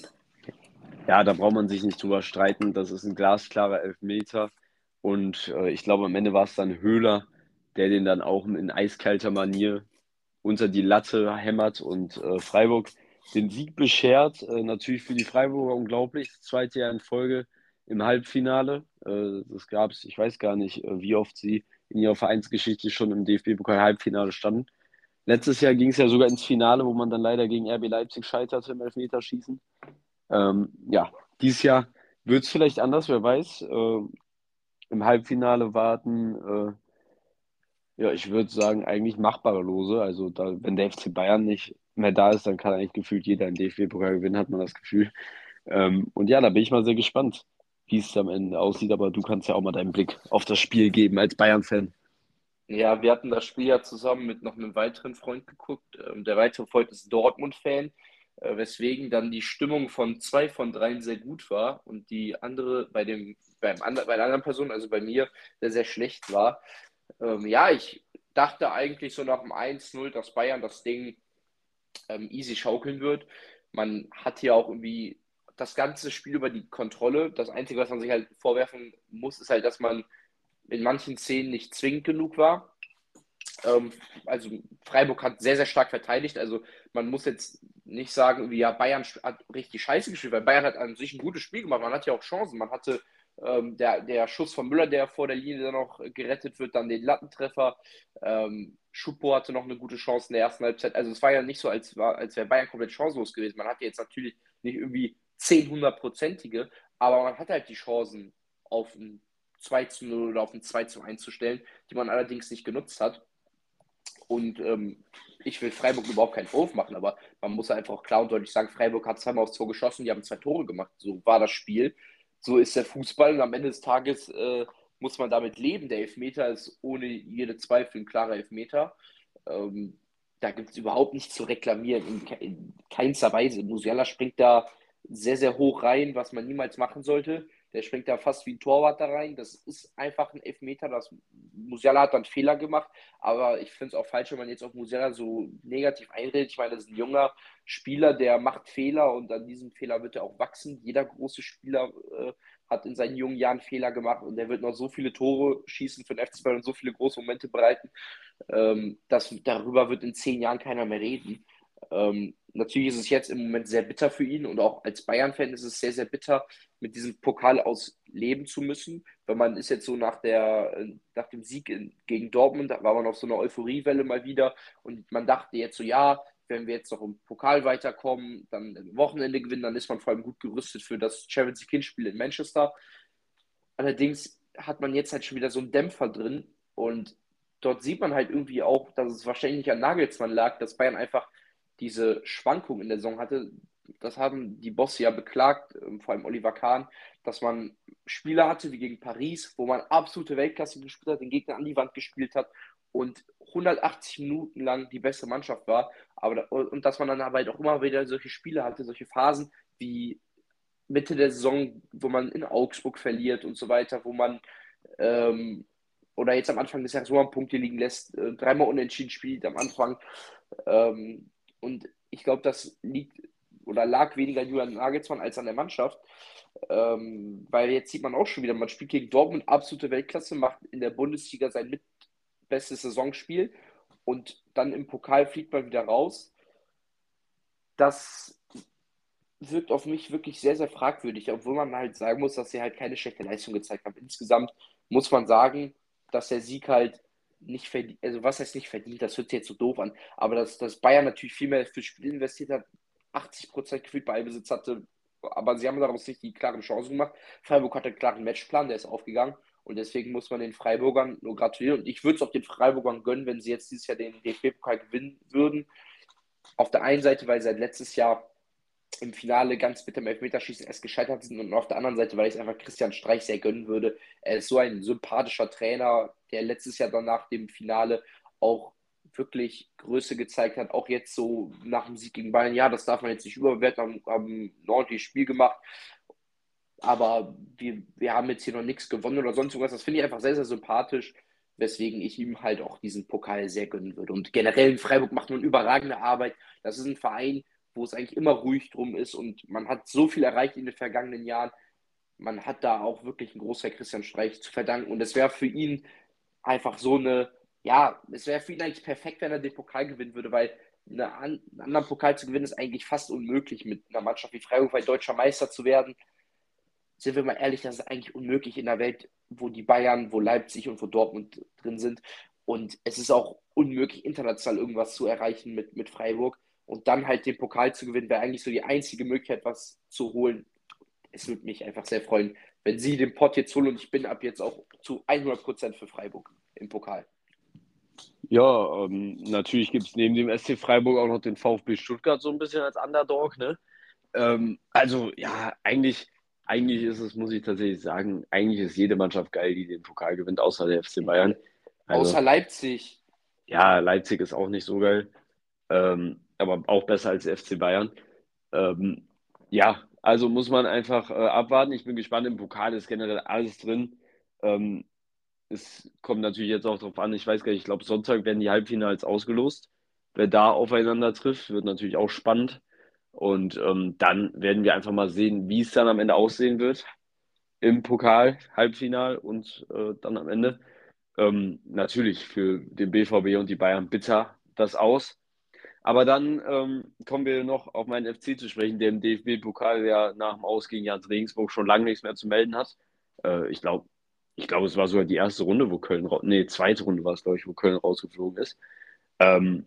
Ja, da braucht man sich nicht drüber streiten. Das ist ein glasklarer Elfmeter. Und äh, ich glaube, am Ende war es dann Höhler, der den dann auch in eiskalter Manier unter die Latte hämmert und äh, Freiburg den Sieg beschert. Äh, natürlich für die Freiburger unglaublich. Das zweite Jahr in Folge im Halbfinale. Äh, das gab es, ich weiß gar nicht, äh, wie oft sie in ihrer Vereinsgeschichte schon im D F B-Pokal-Halbfinale standen. Letztes Jahr ging es ja sogar ins Finale, wo man dann leider gegen R B Leipzig scheiterte im Elfmeterschießen. Ähm, ja, dieses Jahr wird es vielleicht anders, wer weiß. Äh, Im Halbfinale warten, äh, ja, ich würde sagen, eigentlich machbare Lose. Also da, wenn der F C Bayern nicht mehr da ist, dann kann eigentlich gefühlt jeder einen D F B-Pokal gewinnen, hat man das Gefühl. Ähm, und ja, da bin ich mal sehr gespannt, wie es am Ende aussieht. Aber du kannst ja auch mal deinen Blick auf das Spiel geben als Bayern-Fan. Ja, wir hatten das Spiel ja zusammen mit noch einem weiteren Freund geguckt. Ähm, Der weitere Freund ist Dortmund-Fan, äh, weswegen dann die Stimmung von zwei von dreien sehr gut war und die andere bei dem, beim andre, bei der anderen Person, also bei mir, sehr, sehr schlecht war. Ähm, ja, ich dachte eigentlich so nach dem eins null, dass Bayern das Ding ähm, easy schaukeln wird. Man hat hier auch irgendwie das ganze Spiel über die Kontrolle. Das Einzige, was man sich halt vorwerfen muss, ist halt, dass man in manchen Szenen nicht zwingend genug war. Ähm, also Freiburg hat sehr, sehr stark verteidigt. Also man muss jetzt nicht sagen, wie ja, Bayern hat richtig scheiße gespielt, weil Bayern hat an sich ein gutes Spiel gemacht. Man hat ja auch Chancen. Man hatte ähm, der, der Schuss von Müller, der vor der Linie dann noch gerettet wird, dann den Lattentreffer. Ähm, Schuppo hatte noch eine gute Chance in der ersten Halbzeit. Also es war ja nicht so, als, war, als wäre Bayern komplett chancenlos gewesen. Man hatte jetzt natürlich nicht irgendwie zehn hundertprozentige, aber man hatte halt die Chancen auf ein zwei zu null oder auf ein zwei zu eins zu stellen, die man allerdings nicht genutzt hat. Und ähm, ich will Freiburg überhaupt keinen Vorwurf machen, aber man muss einfach auch klar und deutlich sagen, Freiburg hat zweimal aufs Tor geschossen, die haben zwei Tore gemacht. So war das Spiel. So ist der Fußball und am Ende des Tages äh, muss man damit leben. Der Elfmeter ist ohne jede Zweifel ein klarer Elfmeter. Ähm, Da gibt es überhaupt nichts zu reklamieren, in, ke- in keinster Weise. Musiala springt da sehr, sehr hoch rein, was man niemals machen sollte. Der springt da fast wie ein Torwart da rein. Das ist einfach ein Elfmeter. Das, Musiala hat dann Fehler gemacht, aber ich finde es auch falsch, wenn man jetzt auf Musiala so negativ einredet. Ich meine, das ist ein junger Spieler, der macht Fehler und an diesem Fehler wird er auch wachsen. Jeder große Spieler äh, hat in seinen jungen Jahren Fehler gemacht und der wird noch so viele Tore schießen für den F C Bayern und so viele große Momente bereiten, ähm, dass darüber wird in zehn Jahren keiner mehr reden. Ähm, natürlich ist es jetzt im Moment sehr bitter für ihn und auch als Bayern-Fan ist es sehr, sehr bitter, mit diesem Pokal ausleben zu müssen. Weil man ist jetzt so nach, der, nach dem Sieg in, gegen Dortmund, da war man auf so einer Euphoriewelle mal wieder und man dachte jetzt so, ja, wenn wir jetzt noch im Pokal weiterkommen, dann am Wochenende gewinnen, dann ist man vor allem gut gerüstet für das Champions League-Hinspiel in Manchester. Allerdings hat man jetzt halt schon wieder so einen Dämpfer drin und dort sieht man halt irgendwie auch, dass es wahrscheinlich an Nagelsmann lag, dass Bayern einfach diese Schwankung in der Saison hatte. Das haben die Bosse ja beklagt, ähm, vor allem Oliver Kahn, dass man Spieler hatte wie gegen Paris, wo man absolute Weltklasse gespielt hat, den Gegner an die Wand gespielt hat und hundertachtzig Minuten lang die beste Mannschaft war. Aber, und dass man dann aber halt auch immer wieder solche Spiele hatte, solche Phasen wie Mitte der Saison, wo man in Augsburg verliert und so weiter, wo man ähm, oder jetzt am Anfang des Jahres, wo man Punkte liegen lässt, äh, dreimal unentschieden spielt am Anfang. Ähm, und ich glaube, das liegt oder lag weniger an Julian Nagelsmann als an der Mannschaft. Ähm, weil jetzt sieht man auch schon wieder, man spielt gegen Dortmund absolute Weltklasse, macht in der Bundesliga sein mitbestes Saisonspiel und dann im Pokal fliegt man wieder raus. Das wirkt auf mich wirklich sehr, sehr fragwürdig, obwohl man halt sagen muss, dass sie halt keine schlechte Leistung gezeigt haben. Insgesamt muss man sagen, dass der Sieg halt nicht verdient, also was heißt nicht verdient, das hört sich jetzt so doof an, aber dass, dass Bayern natürlich viel mehr fürs Spiel investiert hat, achtzig Prozent gefühlt Ballbesitz hatte, aber sie haben daraus nicht die klaren Chancen gemacht. Freiburg hatte einen klaren Matchplan, der ist aufgegangen und deswegen muss man den Freiburgern nur gratulieren und ich würde es auch den Freiburgern gönnen, wenn sie jetzt dieses Jahr den D F B-Pokal gewinnen würden. Auf der einen Seite, weil sie seit letztes Jahr im Finale ganz bitter im Elfmeterschießen erst gescheitert sind und auf der anderen Seite, weil ich es einfach Christian Streich sehr gönnen würde. Er ist so ein sympathischer Trainer, der letztes Jahr dann nach dem Finale auch wirklich Größe gezeigt hat, auch jetzt so nach dem Sieg gegen Bayern. Ja, das darf man jetzt nicht überbewerten, haben, haben ein ordentliches Spiel gemacht, aber wir, wir haben jetzt hier noch nichts gewonnen oder sonst irgendwas. Das finde ich einfach sehr, sehr sympathisch, weswegen ich ihm halt auch diesen Pokal sehr gönnen würde. Und generell in Freiburg macht man überragende Arbeit. Das ist ein Verein, wo es eigentlich immer ruhig drum ist und man hat so viel erreicht in den vergangenen Jahren. Man hat da auch wirklich einen Großteil Christian Streich zu verdanken und es wäre für ihn einfach so eine, ja, es wäre für ihn eigentlich perfekt, wenn er den Pokal gewinnen würde, weil eine, einen anderen Pokal zu gewinnen ist eigentlich fast unmöglich mit einer Mannschaft wie Freiburg, weil deutscher Meister zu werden, sind wir mal ehrlich, das ist eigentlich unmöglich in der Welt, wo die Bayern, wo Leipzig und wo Dortmund drin sind. Und es ist auch unmöglich, international irgendwas zu erreichen mit, mit Freiburg. Und dann halt den Pokal zu gewinnen, wäre eigentlich so die einzige Möglichkeit, was zu holen. Es würde mich einfach sehr freuen, wenn sie den Pott jetzt holen. Und ich bin ab jetzt auch zu hundert Prozent für Freiburg im Pokal. Ja, ähm, natürlich gibt es neben dem S C Freiburg auch noch den VfB Stuttgart so ein bisschen als Underdog, ne? Ähm, also ja, eigentlich, eigentlich ist es, muss ich tatsächlich sagen, eigentlich ist jede Mannschaft geil, die den Pokal gewinnt, außer der F C Bayern. Außer Also Leipzig. ja, Leipzig ist auch nicht so geil, ähm, aber auch besser als der F C Bayern. Ähm, ja, also muss man einfach äh, abwarten. Ich bin gespannt, im Pokal ist generell alles drin. Ähm, Es kommt natürlich jetzt auch darauf an, ich weiß gar nicht, ich glaube, Sonntag werden die Halbfinals ausgelost. Wer da aufeinander trifft, wird natürlich auch spannend. Und ähm, dann werden wir einfach mal sehen, wie es dann am Ende aussehen wird im Pokal, Halbfinal und äh, dann am Ende. Ähm, natürlich für den B V B und die Bayern bitter das aus. Aber dann ähm, kommen wir noch auf meinen F C zu sprechen, der im D F B-Pokal ja nach dem Aus gegen Jan Regensburg schon lange nichts mehr zu melden hat. Äh, ich glaube, ich glaube, es war sogar die erste Runde, wo Köln raus, nee, zweite Runde war es, glaube ich, wo Köln rausgeflogen ist. Ähm,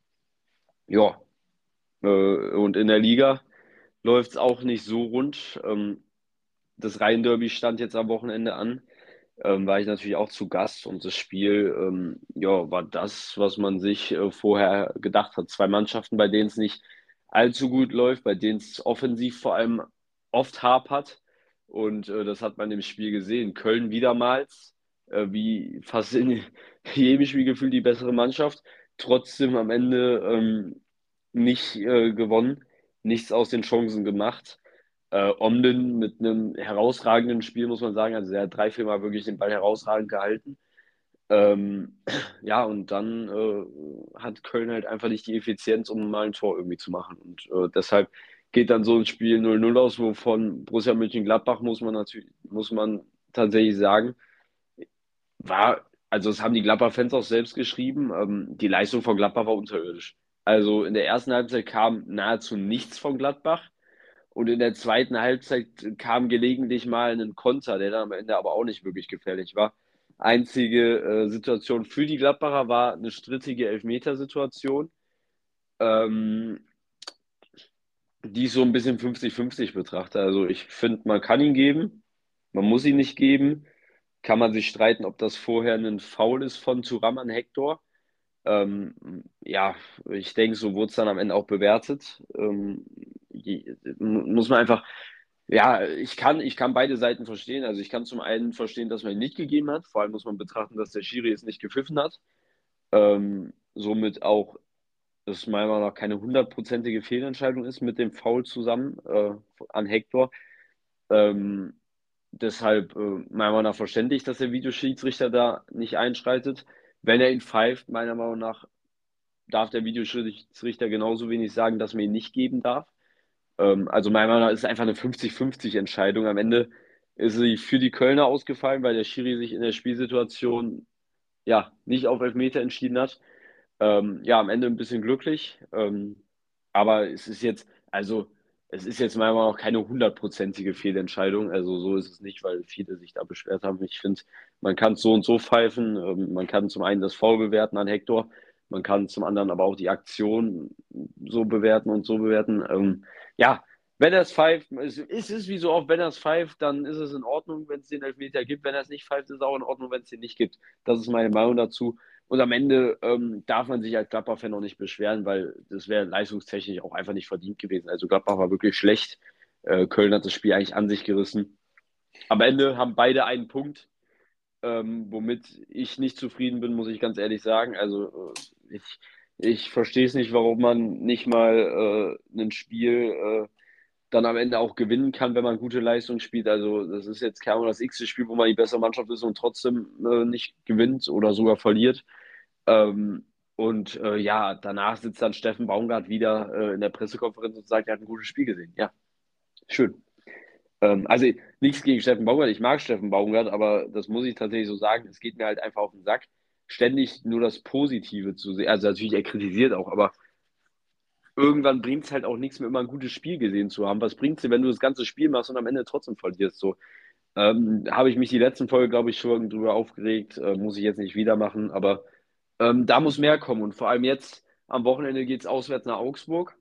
ja, äh, und in der Liga läuft es auch nicht so rund. Ähm, das Rhein-Derby stand jetzt am Wochenende an. Ähm, war ich natürlich auch zu Gast und das Spiel, ähm, ja, war das, was man sich äh, vorher gedacht hat. Zwei Mannschaften, bei denen es nicht allzu gut läuft, bei denen es offensiv vor allem oft hapert. Und äh, das hat man im Spiel gesehen. Köln wiedermals, äh, wie fast in jedem Spiel gefühlt die bessere Mannschaft, trotzdem am Ende ähm, nicht äh, gewonnen, nichts aus den Chancen gemacht. Äh, Omlin mit einem herausragenden Spiel, muss man sagen. Also, er hat drei, vier Mal wirklich den Ball herausragend gehalten. Ähm, ja, und dann äh, hat Köln halt einfach nicht die Effizienz, um mal ein Tor irgendwie zu machen. Und äh, deshalb geht dann so ein Spiel null null aus, wovon Borussia Mönchengladbach, muss man natürlich, muss man tatsächlich sagen, war, also das haben die Gladbach-Fans auch selbst geschrieben, ähm, die Leistung von Gladbach war unterirdisch. Also in der ersten Halbzeit kam nahezu nichts von Gladbach. Und in der zweiten Halbzeit kam gelegentlich mal ein Konter, der dann am Ende aber auch nicht wirklich gefährlich war. Einzige äh, Situation für die Gladbacher war eine strittige Elfmetersituation, ähm, die ich so ein bisschen fünfzig fünfzig betrachte. Also ich finde, man kann ihn geben, man muss ihn nicht geben. Kann man sich streiten, ob das vorher ein Foul ist von Thuram an Hector. Ähm, ja, ich denke, so wurde es dann am Ende auch bewertet. Ähm, je, muss man einfach, ja, ich kann, ich kann beide Seiten verstehen. Also ich kann zum einen verstehen, dass man ihn nicht gegeben hat. Vor allem muss man betrachten, dass der Schiri es nicht gepfiffen hat. Ähm, somit auch, dass es meiner Meinung nach keine hundertprozentige Fehlentscheidung ist mit dem Foul zusammen äh, an Hector. Ähm, Deshalb äh, meiner Meinung nach verständlich, dass der Videoschiedsrichter da nicht einschreitet. Wenn er ihn pfeift, meiner Meinung nach darf der Videoschiedsrichter genauso wenig sagen, dass man ihn nicht geben darf. Ähm, also meiner Meinung nach ist es einfach eine fünfzig fünfzig Entscheidung. Am Ende ist sie für die Kölner ausgefallen, weil der Schiri sich in der Spielsituation ja nicht auf Elfmeter entschieden hat. Ähm, ja, am Ende ein bisschen glücklich. Ähm, aber es ist jetzt, also es ist jetzt meiner Meinung nach keine hundertprozentige Fehlentscheidung. Also so ist es nicht, weil viele sich da beschwert haben. Ich finde, man kann es so und so pfeifen. Ähm, Man kann zum einen das Foul bewerten an Hector, man kann zum anderen aber auch die Aktion so bewerten und so bewerten. Ähm, ja, wenn er es pfeift, es ist es wie so oft, wenn er es pfeift, dann ist es in Ordnung, wenn es den Elfmeter gibt. Wenn er es nicht pfeift, ist es auch in Ordnung, wenn es den nicht gibt. Das ist meine Meinung dazu. Und am Ende ähm, darf man sich als Gladbach-Fan auch nicht beschweren, weil das wäre leistungstechnisch auch einfach nicht verdient gewesen. Also Gladbach war wirklich schlecht. Äh, Köln hat das Spiel eigentlich an sich gerissen. Am Ende haben beide einen Punkt, ähm, womit ich nicht zufrieden bin, muss ich ganz ehrlich sagen. Also äh, ich, ich verstehe es nicht, warum man nicht mal äh, ein Spiel äh, dann am Ende auch gewinnen kann, wenn man gute Leistung spielt. Also das ist jetzt keine Ahnung, das x-te Spiel, wo man die bessere Mannschaft ist und trotzdem äh, nicht gewinnt oder sogar verliert. Ähm, und äh, ja, danach sitzt dann Steffen Baumgart wieder äh, in der Pressekonferenz und sagt, er hat ein gutes Spiel gesehen. Ja, schön. Ähm, also nichts gegen Steffen Baumgart, ich mag Steffen Baumgart, aber das muss ich tatsächlich so sagen, es geht mir halt einfach auf den Sack, ständig nur das Positive zu sehen. Also natürlich, er kritisiert auch, aber irgendwann bringt es halt auch nichts mehr, immer ein gutes Spiel gesehen zu haben. Was bringt es dir, wenn du das ganze Spiel machst und am Ende trotzdem verlierst? So, ähm, habe ich mich die letzten Folge, glaube ich, schon drüber aufgeregt, äh, muss ich jetzt nicht wieder machen, aber ähm, da muss mehr kommen. Und vor allem jetzt am Wochenende geht es auswärts nach Augsburg.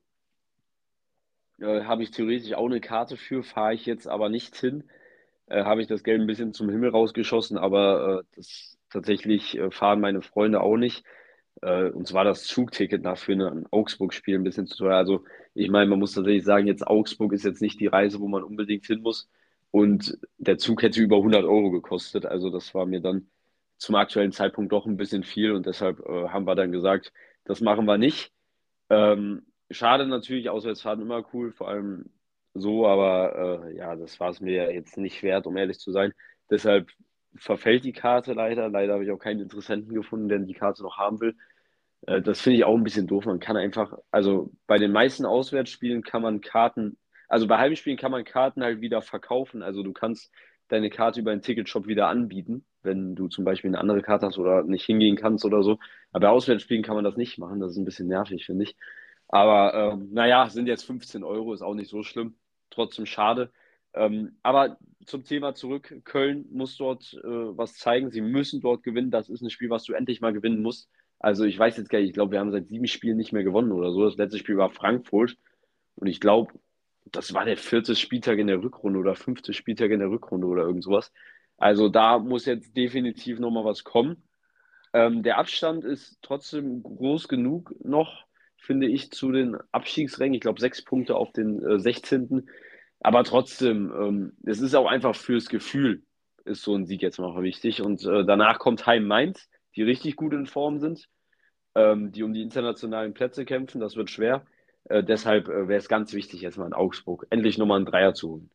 Äh, habe ich theoretisch auch eine Karte für, fahre ich jetzt aber nicht hin. Äh, habe ich das Geld ein bisschen zum Himmel rausgeschossen, aber äh, das tatsächlich äh, fahren meine Freunde auch nicht. Äh, und zwar das Zugticket nach für ein Augsburg-Spiel ein bisschen zu teuer. Also ich meine, man muss tatsächlich sagen, jetzt Augsburg ist jetzt nicht die Reise, wo man unbedingt hin muss. Und der Zug hätte über hundert Euro gekostet. Also das war mir dann zum aktuellen Zeitpunkt doch ein bisschen viel und deshalb äh, haben wir dann gesagt, das machen wir nicht. Ähm, schade natürlich, Auswärtsfahrten immer cool, vor allem so, aber äh, ja, das war es mir jetzt nicht wert, um ehrlich zu sein. Deshalb verfällt die Karte leider. Leider habe ich auch keinen Interessenten gefunden, der die Karte noch haben will. Äh, das finde ich auch ein bisschen doof. Man kann einfach, also bei den meisten Auswärtsspielen kann man Karten, also bei Heimspielen kann man Karten halt wieder verkaufen. Also du kannst deine Karte über einen Ticketshop wieder anbieten, wenn du zum Beispiel eine andere Karte hast oder nicht hingehen kannst oder so. Aber bei Auswärtsspielen kann man das nicht machen. Das ist ein bisschen nervig, finde ich. Aber ähm, naja, sind jetzt fünfzehn Euro, ist auch nicht so schlimm. Trotzdem schade. Ähm, aber zum Thema zurück. Köln muss dort äh, was zeigen. Sie müssen dort gewinnen. Das ist ein Spiel, was du endlich mal gewinnen musst. Also ich weiß jetzt gar nicht, ich glaube, wir haben seit sieben Spielen nicht mehr gewonnen oder so. Das letzte Spiel war Frankfurt. Und ich glaube, das war der vierte Spieltag in der Rückrunde oder fünfte Spieltag in der Rückrunde oder irgend sowas. Also da muss jetzt definitiv nochmal was kommen. Ähm, der Abstand ist trotzdem groß genug noch, finde ich, zu den Abstiegsrängen. Ich glaube, sechs Punkte auf den äh, sechzehnten. Aber trotzdem, ähm, es ist auch einfach fürs Gefühl, ist so ein Sieg jetzt noch wichtig. Und äh, danach kommt Heim-Mainz, die richtig gut in Form sind, ähm, die um die internationalen Plätze kämpfen. Das wird schwer. Äh, deshalb äh, wäre es ganz wichtig, jetzt mal in Augsburg endlich nochmal einen Dreier zu holen.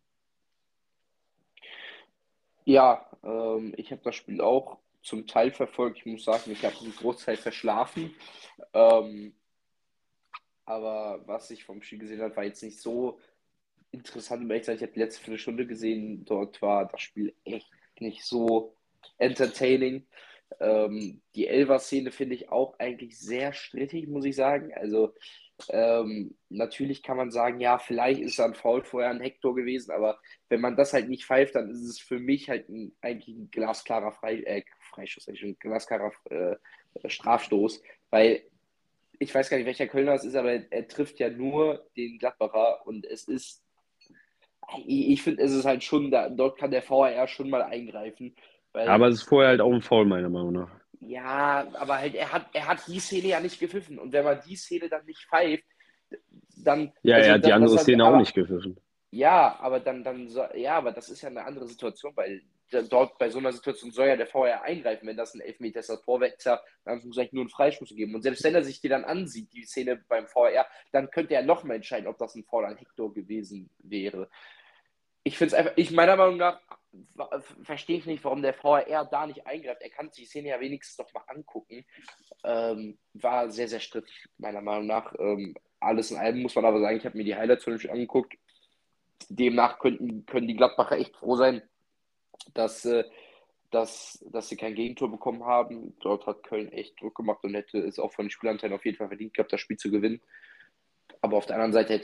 Ja, ähm, ich habe das Spiel auch zum Teil verfolgt. Ich muss sagen, ich habe die Großteil verschlafen. Ähm, aber was ich vom Spiel gesehen habe, war jetzt nicht so interessant. Um ehrlich zu sein, ich habe die letzte Viertelstunde gesehen. Dort war das Spiel echt nicht so entertaining. Ähm, die Elfer-Szene finde ich auch eigentlich sehr strittig, muss ich sagen. Also ähm, natürlich kann man sagen, ja, vielleicht ist da ein Foul vorher ein Hector gewesen, aber wenn man das halt nicht pfeift, dann ist es für mich halt ein, eigentlich ein glasklarer Frei, äh, Freischuss, eigentlich ein glasklarer äh, Strafstoß, weil ich weiß gar nicht, welcher Kölner es ist, aber er, er trifft ja nur den Gladbacher und es ist, ich, ich finde, es ist halt schon, da, dort kann der V A R schon mal eingreifen, Aber weil es ist vorher halt auch ein Foul, meiner Meinung nach. ja, aber halt, er hat, er hat die Szene ja nicht gepfiffen. Und wenn man die Szene dann nicht pfeift, dann, Ja, er also hat die das, das andere halt, Szene auch aber nicht gepfiffen. ja, aber dann, dann, so- ja, aber das ist ja eine andere Situation, weil da- dort bei so einer Situation soll ja der V A R eingreifen, wenn das ein Elfmeter ist, das Vorwärts dann muss eigentlich nur einen Freistoß geben. Und selbst wenn er sich die dann ansieht, die Szene beim V A R, dann könnte er nochmal entscheiden, ob das ein Foul an Hector gewesen wäre. Ich finde es einfach, ich meiner Meinung nach verstehe ich nicht, warum der V A R da nicht eingreift. Er kann sich die Szene ja wenigstens doch mal angucken. Ähm, war sehr, sehr strittig, meiner Meinung nach. Ähm, alles in allem muss man aber sagen, ich habe mir die Highlights von dem Spiel angeguckt. Demnach könnten, können die Gladbacher echt froh sein, dass, äh, dass, dass sie kein Gegentor bekommen haben. Dort hat Köln echt Druck gemacht und hätte es auch von den Spielanteilen auf jeden Fall verdient gehabt, das Spiel zu gewinnen. Aber auf der anderen Seite hätte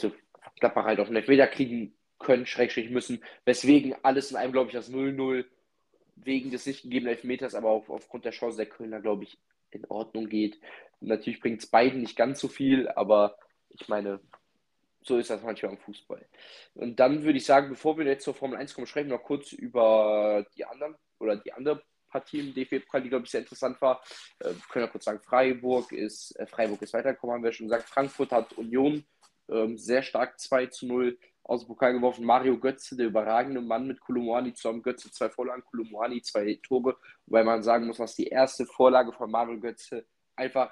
Gladbach halt auch einen Elfmeter kriegen können, Schrägstrich müssen, weswegen alles in einem, glaube ich, das null null wegen des nicht gegebenen Elfmeters, aber auch aufgrund der Chance der Kölner, glaube ich, in Ordnung geht. Und natürlich bringt es beiden nicht ganz so viel, aber ich meine, so ist das manchmal im Fußball. Und dann würde ich sagen, bevor wir jetzt zur Formel eins kommen, sprechen wir noch kurz über die anderen oder die andere Partie im D F B-Pokal, die, glaube ich, sehr interessant war. Äh, wir können ja kurz sagen, Freiburg ist, äh, Freiburg ist weitergekommen, haben wir schon gesagt. Frankfurt hat Union ähm, sehr stark zwei zu null aus dem Pokal geworfen. Mario Götze, der überragende Mann mit Koulibaly zusammen. Götze zwei Vorlagen, Koulibaly zwei Tore. Wobei man sagen muss, dass die erste Vorlage von Mario Götze einfach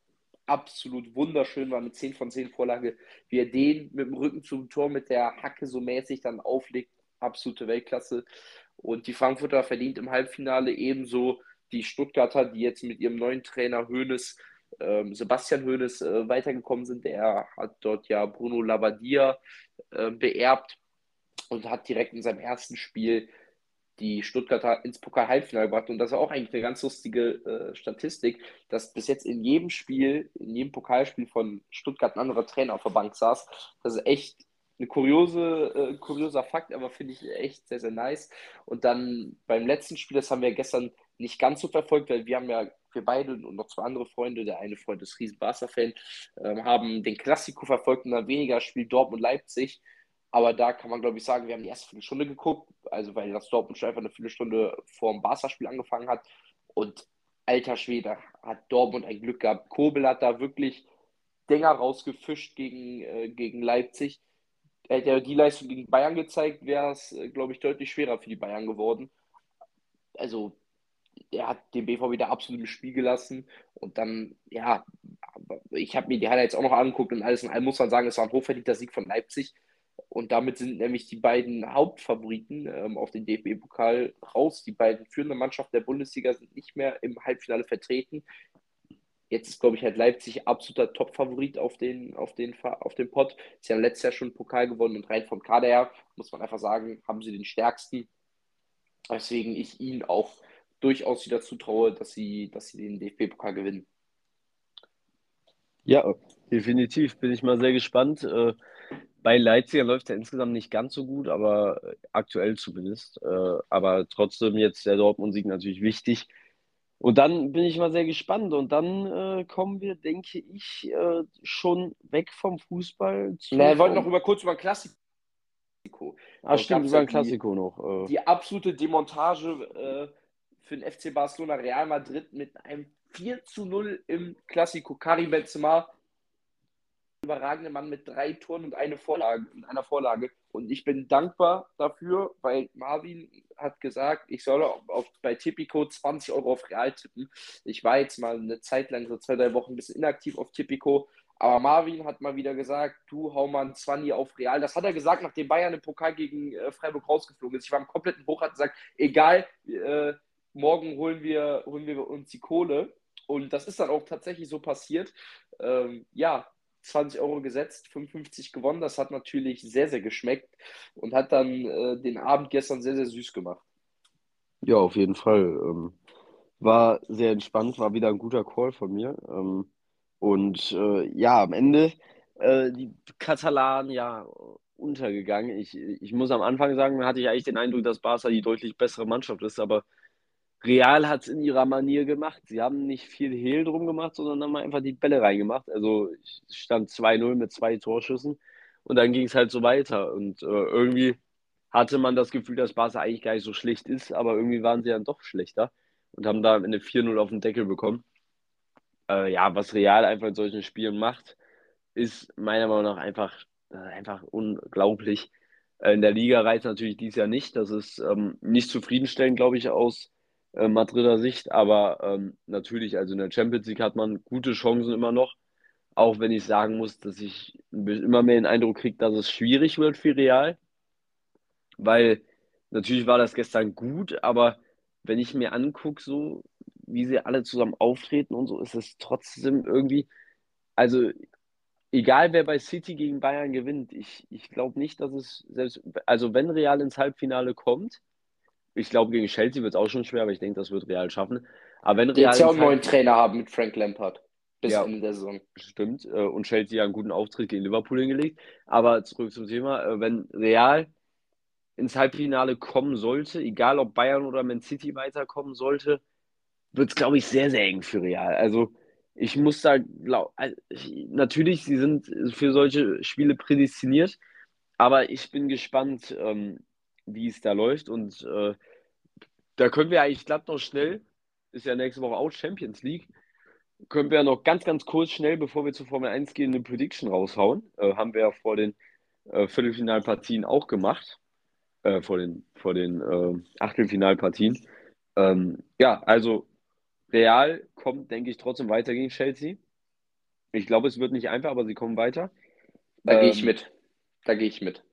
absolut wunderschön war mit zehn von zehn Vorlage. Wie er den mit dem Rücken zum Tor mit der Hacke so mäßig dann auflegt, absolute Weltklasse. Und die Frankfurter verdient im Halbfinale ebenso die Stuttgarter, die jetzt mit ihrem neuen Trainer Hoeneß, ähm, Sebastian Hoeneß, äh, weitergekommen sind. Er hat dort ja Bruno Labbadia äh, beerbt und hat direkt in seinem ersten Spiel die Stuttgarter ins Pokal-Halbfinale gebracht. Und das ist auch eigentlich eine ganz lustige äh, Statistik, dass bis jetzt in jedem Spiel, in jedem Pokalspiel von Stuttgart ein anderer Trainer auf der Bank saß. Das ist echt ein kuriose, äh, kurioser Fakt, aber finde ich echt sehr, sehr nice. Und dann beim letzten Spiel, das haben wir gestern nicht ganz so verfolgt, weil wir haben ja, wir beide und noch zwei andere Freunde, der eine Freund ist riesen Barca-Fan, ähm, haben den Klassiko verfolgt und dann weniger Spiel Dortmund-Leipzig. Aber da kann man, glaube ich, sagen, wir haben die erste Viertelstunde geguckt, also weil das Dortmund schon einfach eine Viertelstunde vor dem Barca-Spiel angefangen hat. Und alter Schwede, hat Dortmund ein Glück gehabt. Kobel hat da wirklich Dinger rausgefischt gegen, äh, gegen Leipzig. Hätte er die Leistung gegen Bayern gezeigt, wäre es, äh, glaube ich, deutlich schwerer für die Bayern geworden. Also er hat den B V B da absolut im Spiel gelassen. Und dann, ja, ich habe mir die Highlights auch noch angeguckt und alles in allem muss man sagen, es war ein hochverdienter Sieg von Leipzig. Und damit sind nämlich die beiden Hauptfavoriten ähm, auf den D F B-Pokal raus. Die beiden führenden Mannschaften der Bundesliga sind nicht mehr im Halbfinale vertreten. Jetzt ist, glaube ich, halt Leipzig absoluter Top-Favorit auf den, auf den, auf den Pott. Sie haben letztes Jahr schon einen Pokal gewonnen und rein vom Kader her, muss man einfach sagen, haben sie den stärksten. Weswegen ich ihnen auch durchaus wieder zutraue, dass sie, dass sie den D F B-Pokal gewinnen. Ja, definitiv. Bin ich mal sehr gespannt. Äh, bei Leipzig läuft es ja insgesamt nicht ganz so gut, aber äh, aktuell zumindest. Äh, aber trotzdem jetzt der Dortmund-Sieg natürlich wichtig. Und dann bin ich mal sehr gespannt. Und dann äh, kommen wir, denke ich, äh, schon weg vom Fußball Na, zur wir wollten noch Form. über, kurz über Klassiko. Ah, Dort gab stimmt, es über ja ein die, Klassiko noch. Äh, die absolute Demontage äh, für den F C Barcelona Real Madrid mit einem vier zu null im Klassiko. Karim Benzema, überragende Mann mit drei Toren und eine Vorlage, und einer Vorlage. Und ich bin dankbar dafür, weil Marvin hat gesagt, ich soll auf, auf, bei Tipico zwanzig Euro auf Real tippen. Ich war jetzt mal eine Zeit lang, so zwei, drei Wochen, ein bisschen inaktiv auf Tipico. Aber Marvin hat mal wieder gesagt, du hau mal ein zwanzig auf Real. Das hat er gesagt, nachdem Bayern im Pokal gegen äh, Freiburg rausgeflogen ist. Ich war im kompletten Hoch, hat gesagt, egal, äh, morgen holen wir, holen wir uns die Kohle. Und das ist dann auch tatsächlich so passiert. Ähm, ja, zwanzig Euro gesetzt, fünfundfünfzig gewonnen. Das hat natürlich sehr, sehr geschmeckt und hat dann äh, den Abend gestern sehr, sehr süß gemacht. ja, auf jeden Fall. Ähm, war sehr entspannt, war wieder ein guter Call von mir. Ähm, und äh, ja, am Ende äh, die Katalanen ja untergegangen. Ich, ich muss am Anfang sagen, hatte ich eigentlich den Eindruck, dass Barca die deutlich bessere Mannschaft ist, aber Real hat es in ihrer Manier gemacht. Sie haben nicht viel Hehl drum gemacht, sondern haben einfach die Bälle reingemacht. Also es stand zwei null mit zwei Torschüssen und dann ging es halt so weiter. Und äh, irgendwie hatte man das Gefühl, dass Barca eigentlich gar nicht so schlecht ist, aber irgendwie waren sie dann doch schlechter und haben da am Ende vier null auf den Deckel bekommen. Äh, ja, was Real einfach in solchen Spielen macht, ist meiner Meinung nach einfach, äh, einfach unglaublich. Äh, in der Liga reicht natürlich dies Jahr nicht. Das ist ähm, nicht zufriedenstellend, glaube ich, aus äh, Madrider Sicht. Aber ähm, natürlich, also in der Champions League hat man gute Chancen immer noch. Auch wenn ich sagen muss, dass ich immer mehr den Eindruck kriege, dass es schwierig wird für Real. Weil natürlich war das gestern gut, aber wenn ich mir angucke, so wie sie alle zusammen auftreten und so, ist es trotzdem irgendwie, also egal wer bei City gegen Bayern gewinnt, ich, ich glaube nicht, dass es selbst, also wenn Real ins Halbfinale kommt, ich glaube gegen Chelsea wird es auch schon schwer, aber ich denke, das wird Real schaffen. Aber wenn Die jetzt Real ja auch ins einen neuen Halbfinale, Trainer haben mit Frank Lampard. bis Ja, Ende der Saison. stimmt. Äh, und Chelsea ja einen guten Auftritt gegen Liverpool hingelegt. Aber zurück zum Thema. Äh, wenn Real ins Halbfinale kommen sollte, egal ob Bayern oder Man City weiterkommen sollte, wird es, glaube ich, sehr, sehr eng für Real. Also ich muss da, glaub, also, ich, natürlich, sie sind für solche Spiele prädestiniert, aber ich bin gespannt, ähm, wie es da läuft. Und äh, da können wir eigentlich glatt noch schnell, ist ja nächste Woche auch Champions League, können wir ja noch ganz, ganz kurz schnell, bevor wir zur Formel eins gehen, eine Prediction raushauen. Äh, haben wir ja vor den äh, Viertelfinalpartien auch gemacht. Äh, vor den, vor den äh, Achtelfinalpartien. Ähm, ja, also Real kommt, denke ich, trotzdem weiter gegen Chelsea. Ich glaube, es wird nicht einfach, aber sie kommen weiter. Da gehe ich Ähm, mit. Da gehe ich mit.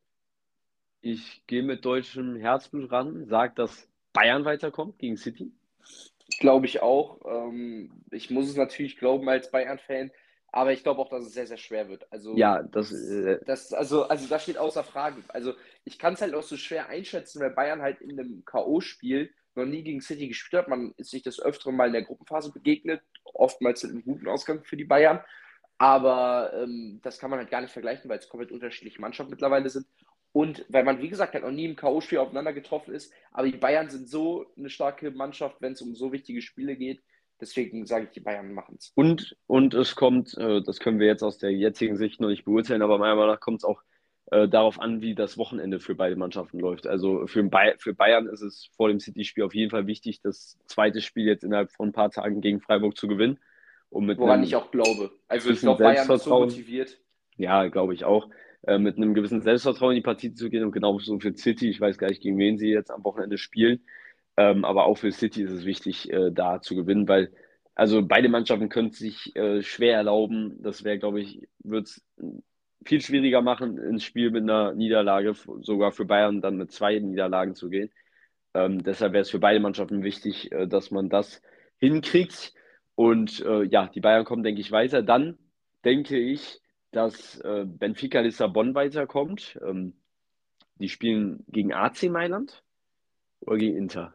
ich gehe mit deutschem Herzblut ran, sage, dass Bayern weiterkommt gegen City. Glaube ich auch. Ähm, ich muss es natürlich glauben als Bayern-Fan, aber ich glaube auch, dass es sehr, sehr schwer wird. Also, Ja, das, äh, das, also, also das steht außer Frage. Also, ich kann es halt auch so schwer einschätzen, weil Bayern halt in einem K O-Spiel noch nie gegen City gespielt hat. Man ist sich das Öfteren mal in der Gruppenphase begegnet, oftmals mit einem guten Ausgang für die Bayern. Aber ähm, das kann man halt gar nicht vergleichen, weil es komplett unterschiedliche Mannschaften mittlerweile sind. Und weil man, wie gesagt, halt noch nie im K O-Spiel aufeinander getroffen ist. Aber die Bayern sind so eine starke Mannschaft, wenn es um so wichtige Spiele geht. Deswegen sage ich, die Bayern machen es. und, und es kommt, äh, das können wir jetzt aus der jetzigen Sicht noch nicht beurteilen, aber meiner Meinung nach kommt es auch äh, darauf an, wie das Wochenende für beide Mannschaften läuft. Also für, Bay für Bayern ist es vor dem City-Spiel auf jeden Fall wichtig, das zweite Spiel jetzt innerhalb von ein paar Tagen gegen Freiburg zu gewinnen, um mit Woran ich einem auch glaube. Also ich gewissen glaube, Bayern ist so Selbstvertrauen, motiviert. ja, glaube ich auch, äh, mit einem gewissen Selbstvertrauen in die Partie zu gehen und genauso für City. Ich weiß gar nicht, gegen wen sie jetzt am Wochenende spielen, ähm, aber auch für City ist es wichtig, äh, da zu gewinnen, weil also beide Mannschaften können es sich äh, schwer erlauben. Das wäre, glaube ich, wird es viel schwieriger machen, ins Spiel mit einer Niederlage, sogar für Bayern dann mit zwei Niederlagen zu gehen. Ähm, deshalb wäre es für beide Mannschaften wichtig, äh, dass man das hinkriegt. Und äh, ja, die Bayern kommen, denke ich, weiter. Dann denke ich, dass äh, Benfica Lissabon weiterkommt. Ähm, die spielen gegen A C Mailand oder gegen Inter.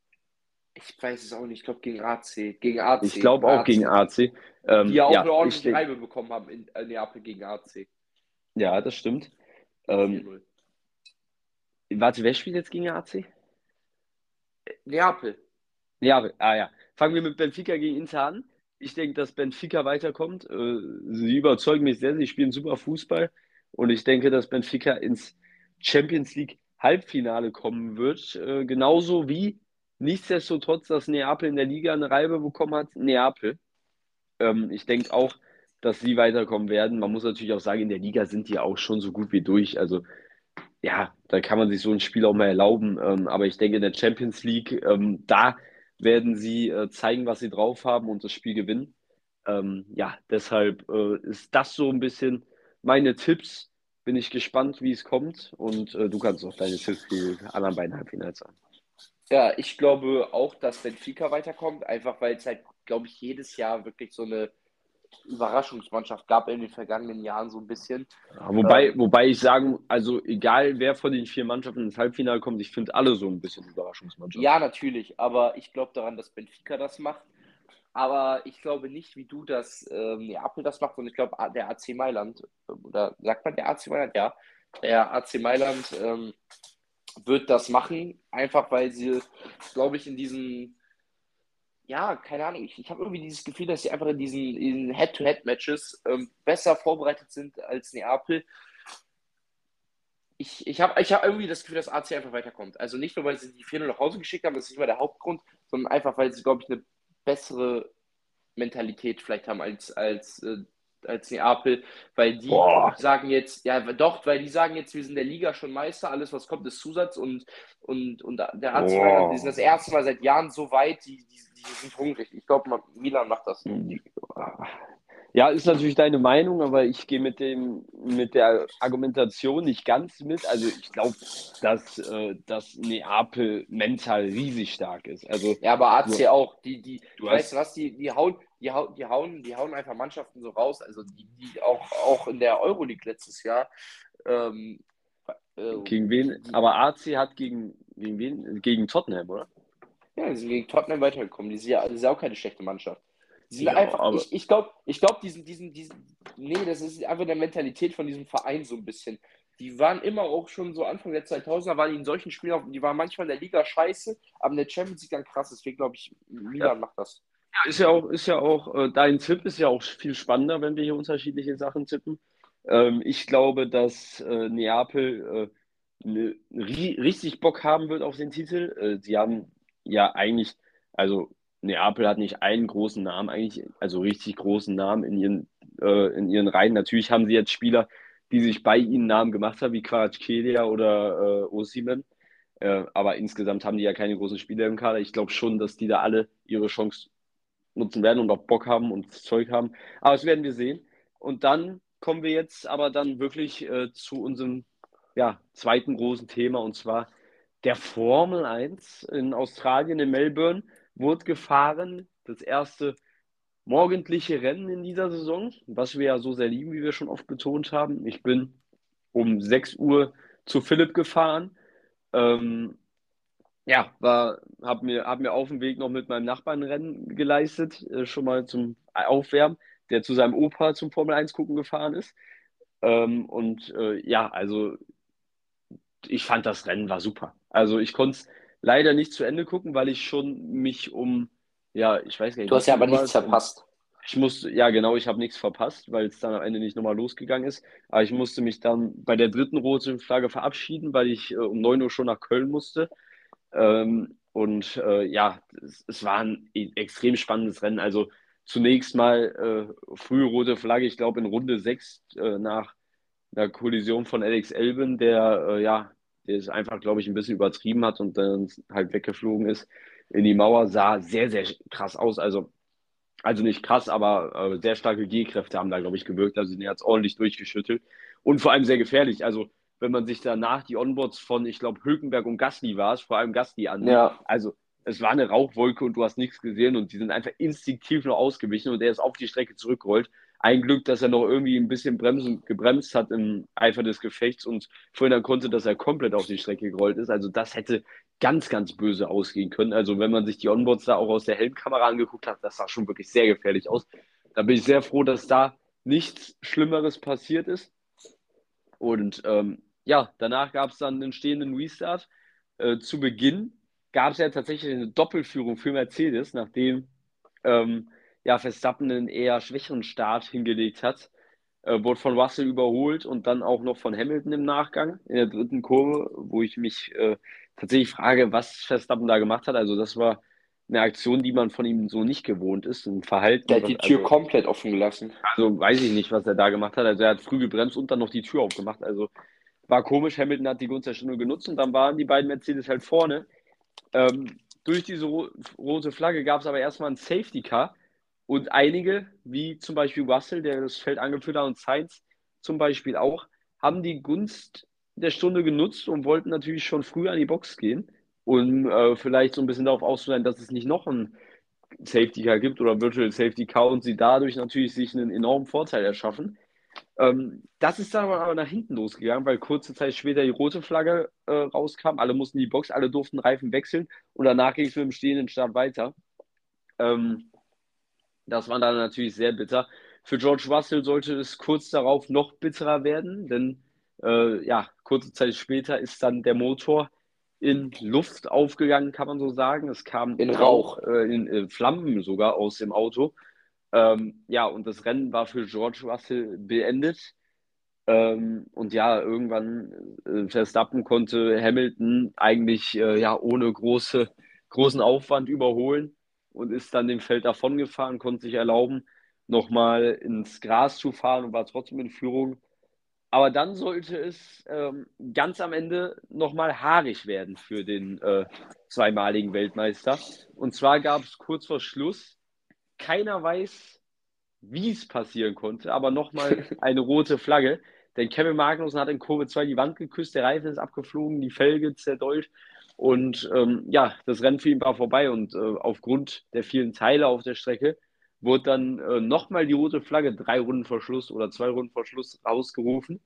Ich weiß es auch nicht. Ich glaube gegen A C. Gegen Ich A C. glaube auch gegen A C. A C. Die Ähm, ja auch ja, eine ich ordentliche denke, Reibe bekommen haben in äh, Neapel gegen A C. ja, das stimmt. Mit Ähm, vier null. warte, wer spielt jetzt gegen A C? Neapel. Ja, ah ja. Fangen wir mit Benfica gegen Inter an. Ich denke, dass Benfica weiterkommt. Äh, sie überzeugen mich sehr, sie spielen super Fußball. Und ich denke, dass Benfica ins Champions League Halbfinale kommen wird. Äh, genauso wie nichtsdestotrotz, dass Neapel in der Liga eine Reibe bekommen hat. Neapel. Ähm, ich denke auch, dass sie weiterkommen werden. Man muss natürlich auch sagen, in der Liga sind die auch schon so gut wie durch. Also ja, da kann man sich so ein Spiel auch mal erlauben. Ähm, aber ich denke, in der Champions League, ähm, da werden sie äh, zeigen, was sie drauf haben und das Spiel gewinnen. Ähm, ja, deshalb äh, ist das so ein bisschen meine Tipps. Bin ich gespannt, wie es kommt. Und äh, du kannst auch deine Tipps für die anderen beiden Halbfinals sagen. Ja, ich glaube auch, dass Benfica weiterkommt, einfach weil es halt, glaube ich, jedes Jahr wirklich so eine Überraschungsmannschaft gab in den vergangenen Jahren so ein bisschen. Ja, wobei, Ähm, wobei ich sagen, also egal wer von den vier Mannschaften ins Halbfinale kommt, ich finde alle so ein bisschen ja, Überraschungsmannschaften. natürlich, aber ich glaube daran, dass Benfica das macht. Aber ich glaube nicht, wie du das ähm, Neapel das macht, sondern ich glaube, A- der A C Mailand, oder sagt man der A C Mailand? Ja, der A C Mailand ähm, wird das machen, einfach weil sie, glaube ich, in diesen, ja, keine Ahnung, ich, ich habe irgendwie dieses Gefühl, dass sie einfach in diesen, in Head-to-Head-Matches ähm, besser vorbereitet sind als Neapel. Ich, ich habe ich hab irgendwie das Gefühl, dass A C einfach weiterkommt. Also nicht nur, weil sie die vier null nach Hause geschickt haben, das ist nicht mal der Hauptgrund, sondern einfach, weil sie, glaube ich, eine bessere Mentalität vielleicht haben als, als, äh, als Neapel, weil die Boah, sagen jetzt, ja doch, weil die sagen jetzt, wir sind der Liga schon Meister, alles was kommt ist Zusatz und, und, und der A C Mailand, die sind das boah. erste Mal seit Jahren so weit, die, die, die sind hungrig. Ich glaube, Milan macht das. Ja, ist natürlich deine Meinung, aber ich gehe mit dem, mit der Argumentation nicht ganz mit. Also ich glaube, dass, äh, dass Neapel mental riesig stark ist. Also Ja, aber du, A C auch, die, die, du weißt du hast was, die, die hauen, die hauen, die hauen, die hauen einfach Mannschaften so raus, also die, die auch, auch in der Euroleague letztes Jahr, ähm, äh, gegen die, wen, die, aber A C hat gegen, gegen wen? Gegen Tottenham, oder? ja, die sind gegen Tottenham weitergekommen. Die sind ja, das ist ja auch keine schlechte Mannschaft. Die sind Ja, einfach, aber ich, ich glaube, ich glaube, diesen, diesen, diesen, nee, das ist einfach der Mentalität von diesem Verein so ein bisschen. Die waren immer auch schon so Anfang der zweitausender, waren die in solchen Spielen, auf, die waren manchmal in der Liga scheiße, aber in der Champions League dann krass. Deswegen glaube ich, ja, Milan macht das. ist ja auch, ist ja auch, äh, dein Tipp ist ja auch viel spannender, wenn wir hier unterschiedliche Sachen tippen. Ähm, ich glaube, dass äh, Neapel äh, ne, ri richtig Bock haben wird auf den Titel. Äh, sie haben ja eigentlich, also Neapel hat nicht einen großen Namen, eigentlich, also richtig großen Namen in ihren, äh, in ihren Reihen. Natürlich haben sie jetzt Spieler, die sich bei ihnen Namen gemacht haben, wie Kvaratskhelia oder äh, Osimhen. Äh, aber insgesamt haben die ja keine großen Spieler im Kader. Ich glaube schon, dass die da alle ihre Chance nutzen werden und auch Bock haben und das Zeug haben. Aber das werden wir sehen. Und dann kommen wir jetzt aber dann wirklich äh, zu unserem ja, zweiten großen Thema, und zwar der Formel eins in Australien, in Melbourne, wurde gefahren. Das erste morgendliche Rennen in dieser Saison, was wir ja so sehr lieben, wie wir schon oft betont haben. Ich bin um sechs Uhr zu Philipp gefahren. Ähm, ja, war, hab mir, hab mir auf dem Weg noch mit meinem Nachbarn ein Rennen geleistet, äh, schon mal zum Aufwärmen, der zu seinem Opa zum Formel eins gucken gefahren ist. Ähm, und äh, ja, also ich fand das Rennen war super. Also ich konnte es leider nicht zu Ende gucken, weil ich schon mich um, ja, ich weiß gar nicht, Du wie hast ja viel aber Uhr war nichts es? Um, verpasst. ich musste, ja genau, ich habe nichts verpasst, weil es dann am Ende nicht nochmal losgegangen ist. Aber ich musste mich dann bei der dritten roten Flagge verabschieden, weil ich äh, um neun Uhr schon nach Köln musste. Ähm, und äh, ja, es, es war ein e- extrem spannendes Rennen. Also zunächst mal äh, frühe rote Flagge, ich glaube in Runde sechs äh, nach einer Kollision von Alex Albon, der äh, ja, der es einfach, glaube ich, ein bisschen übertrieben hat und dann halt weggeflogen ist in die Mauer, sah sehr, sehr krass aus. Also, also nicht krass, aber äh, sehr starke G-Kräfte haben da, glaube ich, gewirkt. Also den hat es ordentlich durchgeschüttelt und vor allem sehr gefährlich. Also wenn man sich danach die Onboards von, ich glaube, Hülkenberg und Gasly war es, vor allem Gasly ansieht, Ja, also es war eine Rauchwolke und du hast nichts gesehen und die sind einfach instinktiv nur ausgewichen und der ist auf die Strecke zurückgerollt. Ein Glück, dass er noch irgendwie ein bisschen bremsen, gebremst hat im Eifer des Gefechts und vorhin dann konnte, dass er komplett auf die Strecke gerollt ist. Also das hätte ganz, ganz böse ausgehen können. Also wenn man sich die Onboards da auch aus der Helmkamera angeguckt hat, das sah schon wirklich sehr gefährlich aus. Da bin ich sehr froh, dass da nichts Schlimmeres passiert ist. Und ähm, ja, danach gab es dann einen stehenden Restart. Äh, zu Beginn gab es ja tatsächlich eine Doppelführung für Mercedes, nachdem ähm, ja, Verstappen einen eher schwächeren Start hingelegt hat. Äh, wurde von Russell überholt und dann auch noch von Hamilton im Nachgang in der dritten Kurve, wo ich mich äh, tatsächlich frage, was Verstappen da gemacht hat. Also das war eine Aktion, die man von ihm so nicht gewohnt ist, ein der Verhalten, hat was die Tür also komplett offen gelassen. also weiß ich nicht, was er da gemacht hat. Also er hat früh gebremst und dann noch die Tür aufgemacht. Also war komisch. Hamilton hat die Gunst der Stunde genutzt und dann waren die beiden Mercedes halt vorne. Ähm, durch diese ro rote Flagge gab es aber erstmal ein Safety Car und einige, wie zum Beispiel Russell, der das Feld angeführt hat, und Sainz zum Beispiel auch, haben die Gunst der Stunde genutzt und wollten natürlich schon früh an die Box gehen, um äh, vielleicht so ein bisschen darauf auszuleihen, dass es nicht noch ein Safety Car gibt oder Virtual Safety Car und sie dadurch natürlich sich einen enormen Vorteil erschaffen. Ähm, das ist dann aber nach hinten losgegangen, weil kurze Zeit später die rote Flagge äh, rauskam. Alle mussten die Box, alle durften Reifen wechseln und danach ging es mit dem stehenden Start weiter. Ähm, das war dann natürlich sehr bitter. Für George Russell sollte es kurz darauf noch bitterer werden, denn äh, ja, kurze Zeit später ist dann der Motor in Luft aufgegangen, kann man so sagen. Es kam In Rauch, Rauch. äh, in äh, Flammen sogar aus dem Auto. Ähm, ja, und das Rennen war für George Russell beendet. Ähm, und ja, irgendwann äh, Verstappen konnte Hamilton eigentlich äh, ja ohne große, großen Aufwand überholen und ist dann dem Feld davongefahren, konnte sich erlauben, nochmal ins Gras zu fahren und war trotzdem in Führung. Aber dann sollte es ähm, ganz am Ende nochmal haarig werden für den äh, zweimaligen Weltmeister. Und zwar gab es kurz vor Schluss, keiner weiß, wie es passieren konnte, aber nochmal eine rote Flagge. Denn Kevin Magnussen hat in Kurve zwei die Wand geküsst, der Reifen ist abgeflogen, die Felge zerdolcht und ähm, ja, das Rennen für ihn war vorbei und äh, aufgrund der vielen Teile auf der Strecke wurde dann äh, nochmal die rote Flagge, drei Runden vor Schluss oder zwei Runden vor Schluss rausgerufen.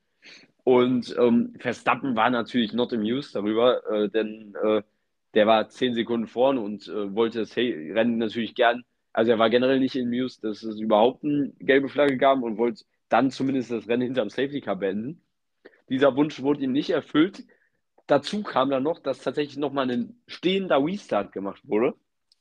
Und ähm, Verstappen war natürlich not amused darüber, äh, denn äh, der war zehn Sekunden vorne und äh, wollte das Rennen natürlich gern, Also er war generell nicht in News, dass es überhaupt eine gelbe Flagge gab und wollte dann zumindest das Rennen hinterm Safety Car beenden. Dieser Wunsch wurde ihm nicht erfüllt. Dazu kam dann noch, dass tatsächlich nochmal ein stehender Restart gemacht wurde.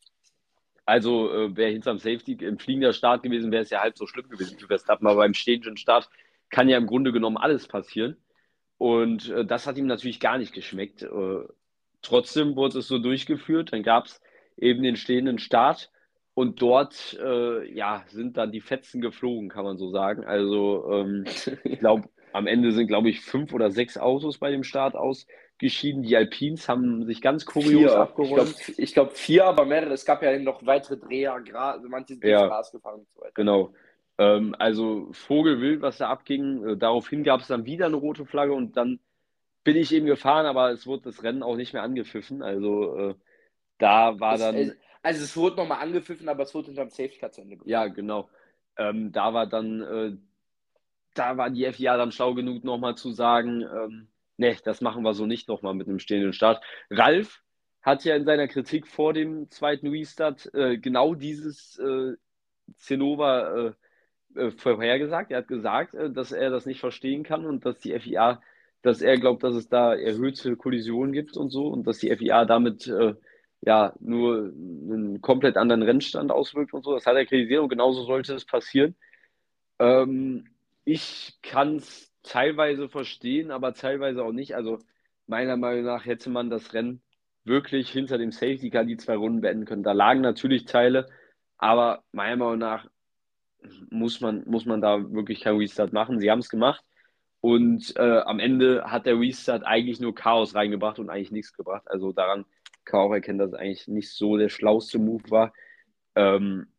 Also äh, wäre hinterm Safety im fliegender Start gewesen, wäre es ja halb so schlimm gewesen für Verstappen. Aber beim stehenden Start kann ja im Grunde genommen alles passieren. Und äh, das hat ihm natürlich gar nicht geschmeckt. Äh, trotzdem wurde es so durchgeführt. Dann gab es eben den stehenden Start. Und dort äh, ja, sind dann die Fetzen geflogen, kann man so sagen. Also ähm, ich glaube, am Ende sind, glaube ich, fünf oder sechs Autos bei dem Start ausgeschieden. Die Alpines haben sich ganz kurios Vier. Ich glaube, abgeräumt. ich glaub vier, aber mehrere. Es gab ja noch weitere Dreher, Gras, manche sind durchs Ja, Gras gefahren und so weiter. genau. Ähm, also Vogelwild, was da abging. Äh, daraufhin gab es dann wieder eine rote Flagge und dann bin ich eben gefahren, aber es wurde das Rennen auch nicht mehr angepfiffen. Also äh, da war Es, dann, es, also es wurde nochmal angepfiffen, aber es wurde hinterm Safety Car zu Ende ja, gefahren. genau. Ähm, da war dann, äh, da war die F I A dann schlau genug, nochmal zu sagen, ähm, nee, das machen wir so nicht nochmal mit einem stehenden Start. Ralf hat ja in seiner Kritik vor dem zweiten Restart äh, genau dieses äh, Zinnober äh, äh, vorhergesagt. Er hat gesagt, äh, dass er das nicht verstehen kann und dass die F I A, dass er glaubt, dass es da erhöhte Kollisionen gibt und so und dass die F I A damit äh, ja nur einen komplett anderen Rennstand auswirkt und so. Das hat er kritisiert und genauso sollte es passieren. Ähm, ich kann es teilweise verstehen, aber teilweise auch nicht. Also meiner Meinung nach hätte man das Rennen wirklich hinter dem Safety Car die zwei Runden beenden können. Da lagen natürlich Teile, aber meiner Meinung nach muss man, muss man da wirklich keinen Restart machen. Sie haben es gemacht und äh, am Ende hat der Restart eigentlich nur Chaos reingebracht und eigentlich nichts gebracht. Also daran kann man auch erkennen, dass es eigentlich nicht so der schlauste Move war. Ähm,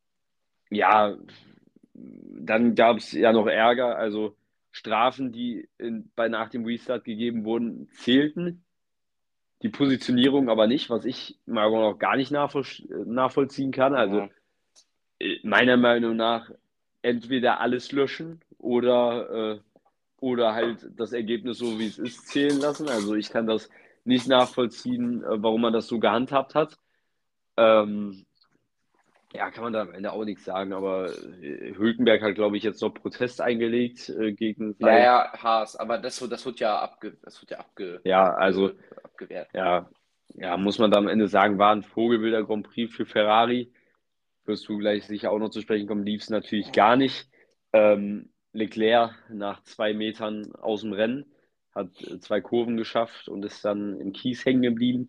ja, dann gab es ja noch Ärger, also Strafen, die in, bei, nach dem Restart gegeben wurden, zählten, die Positionierung aber nicht, was ich mal noch gar nicht nachvoll nachvollziehen kann. Also Ja. äh, meiner Meinung nach entweder alles löschen oder, äh, oder halt das Ergebnis so, wie es ist, zählen lassen. Also ich kann das nicht nachvollziehen, äh, warum man das so gehandhabt hat. Ähm, ja, kann man da am Ende auch nichts sagen, aber äh, Hülkenberg hat, glaube ich, jetzt noch Protest eingelegt äh, gegen Ja, sein. ja, Haas, aber das, wird- das wird ja abge, das wird ja abge, Ja, also abge, abgewehrt. ja, ja, muss man da am Ende sagen, war ein Vogelwilder Grand Prix für Ferrari. Wirst du gleich sicher auch noch zu sprechen kommen, lief es natürlich gar nicht. Ähm, Leclerc nach zwei Metern aus dem Rennen hat äh, zwei Kurven geschafft und ist dann im Kies hängen geblieben.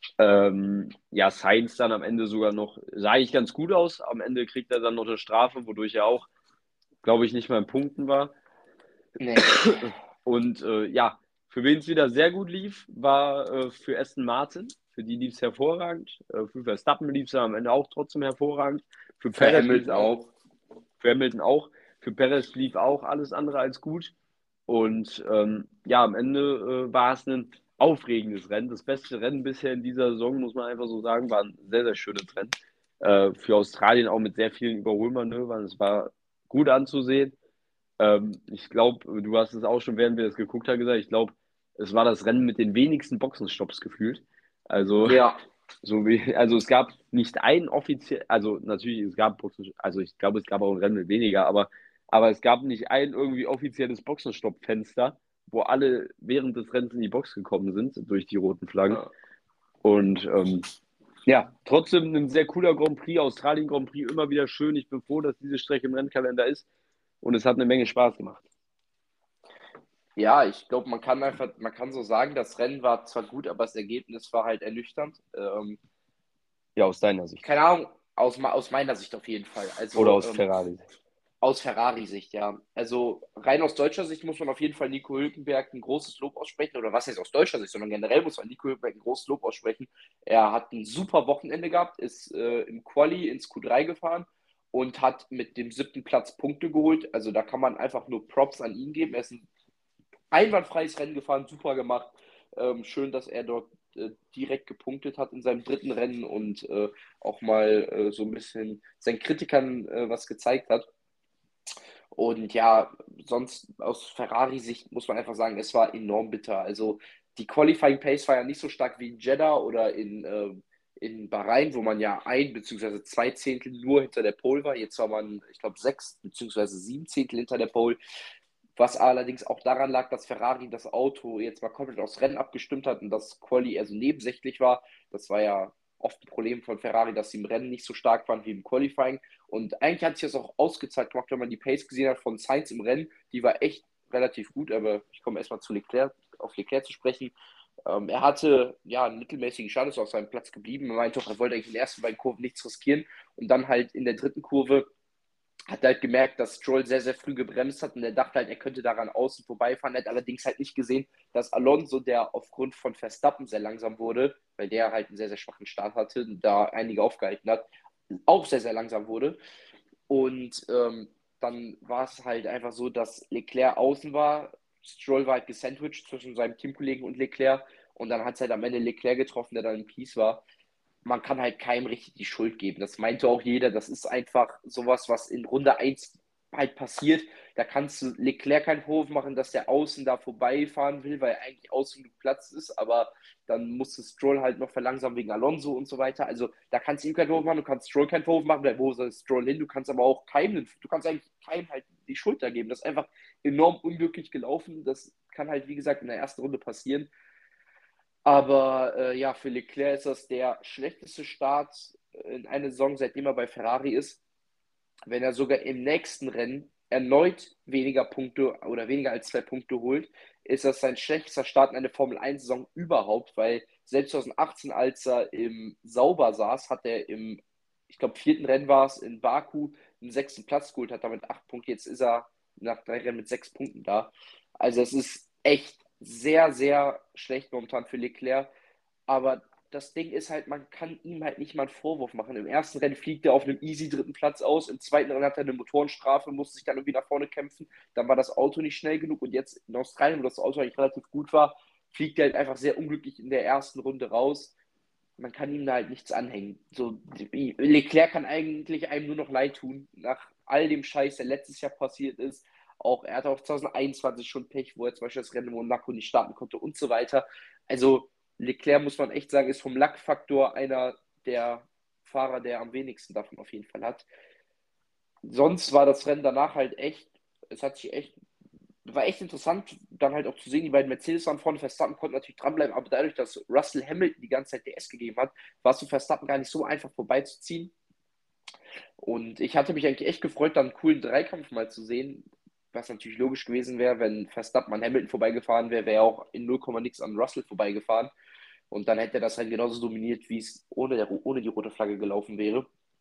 Ähm, ja, Sainz dann am Ende sogar noch, sah eigentlich ganz gut aus. Am Ende kriegt er dann noch eine Strafe, wodurch er auch, glaube ich, nicht mal in Punkten war. Nee. Und äh, ja, für wen es wieder sehr gut lief, war äh, für Aston Martin. Für die lief es hervorragend. Äh, für Verstappen lief es am Ende auch trotzdem hervorragend. Für Für Perez lief es Hamilton auch. auch. Für Hamilton auch. Für Perez lief auch alles andere als gut. Und ähm, ja, am Ende äh, war es ein aufregendes Rennen. Das beste Rennen bisher in dieser Saison, muss man einfach so sagen, war ein sehr, sehr schönes Rennen. Äh, für Australien auch mit sehr vielen Überholmanövern. Es war gut anzusehen. Ähm, ich glaube, du hast es auch schon, während wir das geguckt haben, gesagt, ich glaube, es war das Rennen mit den wenigsten Boxenstopps gefühlt. Also, Ja. so wie, also es gab nicht ein offiziell, also natürlich, es gab Boxen, also ich glaube, es gab auch ein Rennen mit weniger, aber, aber es gab nicht ein irgendwie offizielles Boxenstopp-Fenster, wo alle während des Rennens in die Box gekommen sind durch die roten Flaggen. Ja. Und ähm, ja, trotzdem ein sehr cooler Grand Prix, Australien Grand Prix, immer wieder schön. Ich bin froh, dass diese Strecke im Rennkalender ist und es hat eine Menge Spaß gemacht. Ja, ich glaube, man kann einfach, man kann so sagen, das Rennen war zwar gut, aber das Ergebnis war halt ernüchternd. Ähm, Ja, aus deiner Sicht. keine Ahnung, aus, ma- aus meiner Sicht auf jeden Fall. Oder Also aus ähm, Ferrari. aus Ferrari-Sicht, ja. Also rein aus deutscher Sicht muss man auf jeden Fall Nico Hülkenberg ein großes Lob aussprechen. Oder was heißt aus deutscher Sicht, sondern generell muss man Nico Hülkenberg ein großes Lob aussprechen. Er hat ein super Wochenende gehabt, ist äh, im Quali ins Q drei gefahren und hat mit dem siebten Platz Punkte geholt. Also da kann man einfach nur Props an ihn geben. Er ist ein einwandfreies Rennen gefahren, super gemacht. Ähm, schön, dass er dort äh, direkt gepunktet hat in seinem dritten Rennen und äh, auch mal äh, so ein bisschen seinen Kritikern äh, was gezeigt hat. Und ja, sonst aus Ferrari-Sicht muss man einfach sagen, es war enorm bitter. Also die Qualifying Pace war ja nicht so stark wie in Jeddah oder in, äh, in Bahrain, wo man ja ein bzw. zwei Zehntel nur hinter der Pole war. Jetzt war man, ich glaube, sechs bzw. sieben Zehntel hinter der Pole. Was allerdings auch daran lag, dass Ferrari das Auto jetzt mal komplett aufs Rennen abgestimmt hat und das Quali eher so nebensächlich war. Das war ja oft ein Problem von Ferrari, dass sie im Rennen nicht so stark waren wie im Qualifying. Und eigentlich hat sich das auch ausgezahlt gemacht, wenn man die Pace gesehen hat von Sainz im Rennen. Die war echt relativ gut, aber ich komme erstmal zu Leclerc, auf Leclerc zu sprechen. Ähm, er hatte ja einen mittelmäßigen Schaden, ist auf seinem Platz geblieben. Er meinte auch, er wollte eigentlich in den ersten beiden Kurven nichts riskieren. Und dann halt in der dritten Kurve hat er halt gemerkt, dass Stroll sehr, sehr früh gebremst hat und er dachte halt, er könnte daran außen vorbeifahren. Er hat allerdings halt nicht gesehen, dass Alonso, der aufgrund von Verstappen sehr langsam wurde, weil der halt einen sehr, sehr schwachen Start hatte und da einige aufgehalten hat, auch sehr, sehr langsam wurde. Und ähm, dann war es halt einfach so, dass Leclerc außen war. Stroll war halt gesandwiched zwischen seinem Teamkollegen und Leclerc. Und dann hat es halt am Ende Leclerc getroffen, der dann im Kies war. Man kann halt keinem richtig die Schuld geben. Das meinte auch jeder. Das ist einfach sowas, was in Runde eins halt passiert. Da kannst du Leclerc keinen Vorwurf machen, dass der außen da vorbeifahren will, weil eigentlich außen genug Platz ist. Aber dann musste Stroll halt noch verlangsamen wegen Alonso und so weiter. Also da kannst du ihm keinen Vorwurf machen, du kannst Stroll keinen Vorwurf machen, weil wo soll Stroll hin? Du kannst aber auch keinem, du kannst eigentlich keinem halt die Schulter geben. Das ist einfach enorm unglücklich gelaufen. Das kann halt, wie gesagt, in der ersten Runde passieren. Aber äh, ja, für Leclerc ist das der schlechteste Start in eine Saison, seitdem er bei Ferrari ist. Wenn er sogar im nächsten Rennen erneut weniger Punkte oder weniger als zwei Punkte holt, ist das sein schlechtester Start in eine Formel eins Saison überhaupt, weil selbst zwanzig achtzehn, als er im Sauber saß, hat er im, ich glaube, vierten Rennen war es in Baku, einen sechsten Platz geholt, hat damit acht Punkte. Jetzt ist er nach drei Rennen mit sechs Punkten da. Also es ist echt sehr, sehr schlecht momentan für Leclerc. Aber das Ding ist halt, man kann ihm halt nicht mal einen Vorwurf machen. Im ersten Rennen fliegt er auf einem easy dritten Platz aus, im zweiten Rennen hat er eine Motorenstrafe, musste sich dann irgendwie nach vorne kämpfen. Dann war das Auto nicht schnell genug und jetzt in Australien, wo das Auto eigentlich relativ gut war, fliegt er halt einfach sehr unglücklich in der ersten Runde raus. Man kann ihm da halt nichts anhängen. So, Leclerc kann eigentlich einem nur noch leid tun, nach all dem Scheiß, der letztes Jahr passiert ist. Auch er hatte auch zwanzig einundzwanzig schon Pech, wo er zum Beispiel das Rennen in Monaco nicht starten konnte und so weiter. Also Leclerc, muss man echt sagen, ist vom Lackfaktor einer der Fahrer, der am wenigsten davon auf jeden Fall hat. Sonst war das Rennen danach halt echt, es hat sich echt, war echt interessant, dann halt auch zu sehen, die beiden Mercedes waren vorne, Verstappen konnte natürlich dranbleiben, aber dadurch, dass Russell Hamilton die ganze Zeit D S gegeben hat, war es für Verstappen gar nicht so einfach vorbeizuziehen. Und ich hatte mich eigentlich echt gefreut, dann einen coolen Dreikampf mal zu sehen, was natürlich logisch gewesen wäre, wenn Verstappen an Hamilton vorbeigefahren wäre, wäre er auch in null Komma nix an Russell vorbeigefahren. Und dann hätte er das halt genauso dominiert, wie es ohne, der, ohne die rote Flagge gelaufen wäre.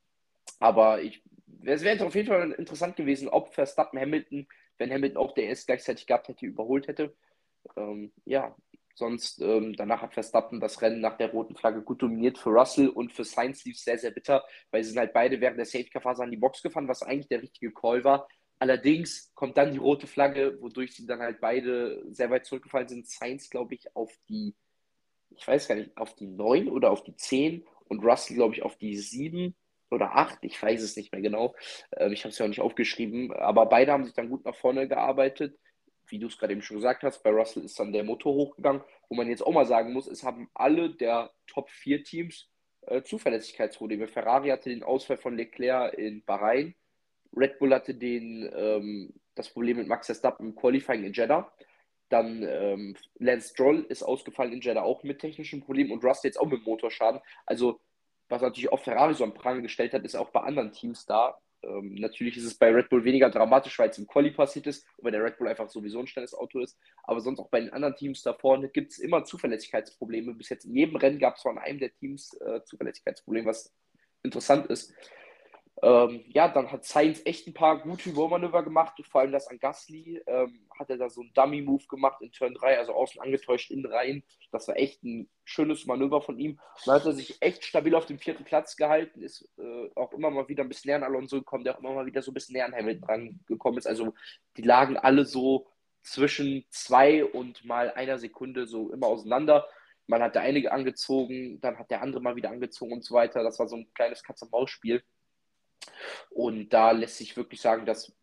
Aber ich, es wäre auf jeden Fall interessant gewesen, ob Verstappen Hamilton, wenn Hamilton auch D S gleichzeitig gehabt hätte, überholt hätte. Ähm, ja, sonst ähm, danach hat Verstappen das Rennen nach der roten Flagge gut dominiert. Für Russell und für Sainz lief es sehr, sehr bitter, weil sie sind halt beide während der Safety-Car-Phase an die Box gefahren, was eigentlich der richtige Call war. Allerdings kommt dann die rote Flagge, wodurch sie dann halt beide sehr weit zurückgefallen sind. Sainz, glaube ich, auf die, ich weiß gar nicht, auf die neun oder auf die zehn und Russell, glaube ich, auf die sieben oder acht, ich weiß es nicht mehr genau. Ähm, ich habe es ja auch nicht aufgeschrieben, aber beide haben sich dann gut nach vorne gearbeitet. Wie du es gerade eben schon gesagt hast, bei Russell ist dann der Motor hochgegangen, wo man jetzt auch mal sagen muss, es haben alle der Top vier Teams äh, Zuverlässigkeitsprobleme. Ferrari hatte den Ausfall von Leclerc in Bahrain, Red Bull hatte den, ähm, das Problem mit Max Verstappen im Qualifying in Jeddah. Dann ähm, Lance Stroll ist ausgefallen in Jeddah auch mit technischen Problemen und Russell jetzt auch mit Motorschaden. Also, was natürlich auch Ferrari so am Pranger gestellt hat, ist auch bei anderen Teams da. Ähm, natürlich ist es bei Red Bull weniger dramatisch, weil es im Quali passiert ist, weil der Red Bull einfach sowieso ein schnelles Auto ist. Aber sonst auch bei den anderen Teams da vorne gibt es immer Zuverlässigkeitsprobleme. Bis jetzt in jedem Rennen gab es von einem der Teams äh, Zuverlässigkeitsprobleme, was interessant ist. Ähm, ja, dann hat Sainz echt ein paar gute Übermanöver gemacht, vor allem das an Gasly. Ähm, hat er da so einen Dummy-Move gemacht in Turn drei, also außen angetäuscht, innen rein. Das war echt ein schönes Manöver von ihm. Dann hat er sich echt stabil auf dem vierten Platz gehalten, ist äh, auch immer mal wieder ein bisschen näher an Alonso gekommen, der auch immer mal wieder so ein bisschen näher an Hamilton rangekommen ist. Also die lagen alle so zwischen zwei und mal einer Sekunde so immer auseinander. Man hat der eine angezogen, dann hat der andere mal wieder angezogen und so weiter. Das war so ein kleines Katz-und-Maus-Spiel. Und da lässt sich wirklich sagen, dass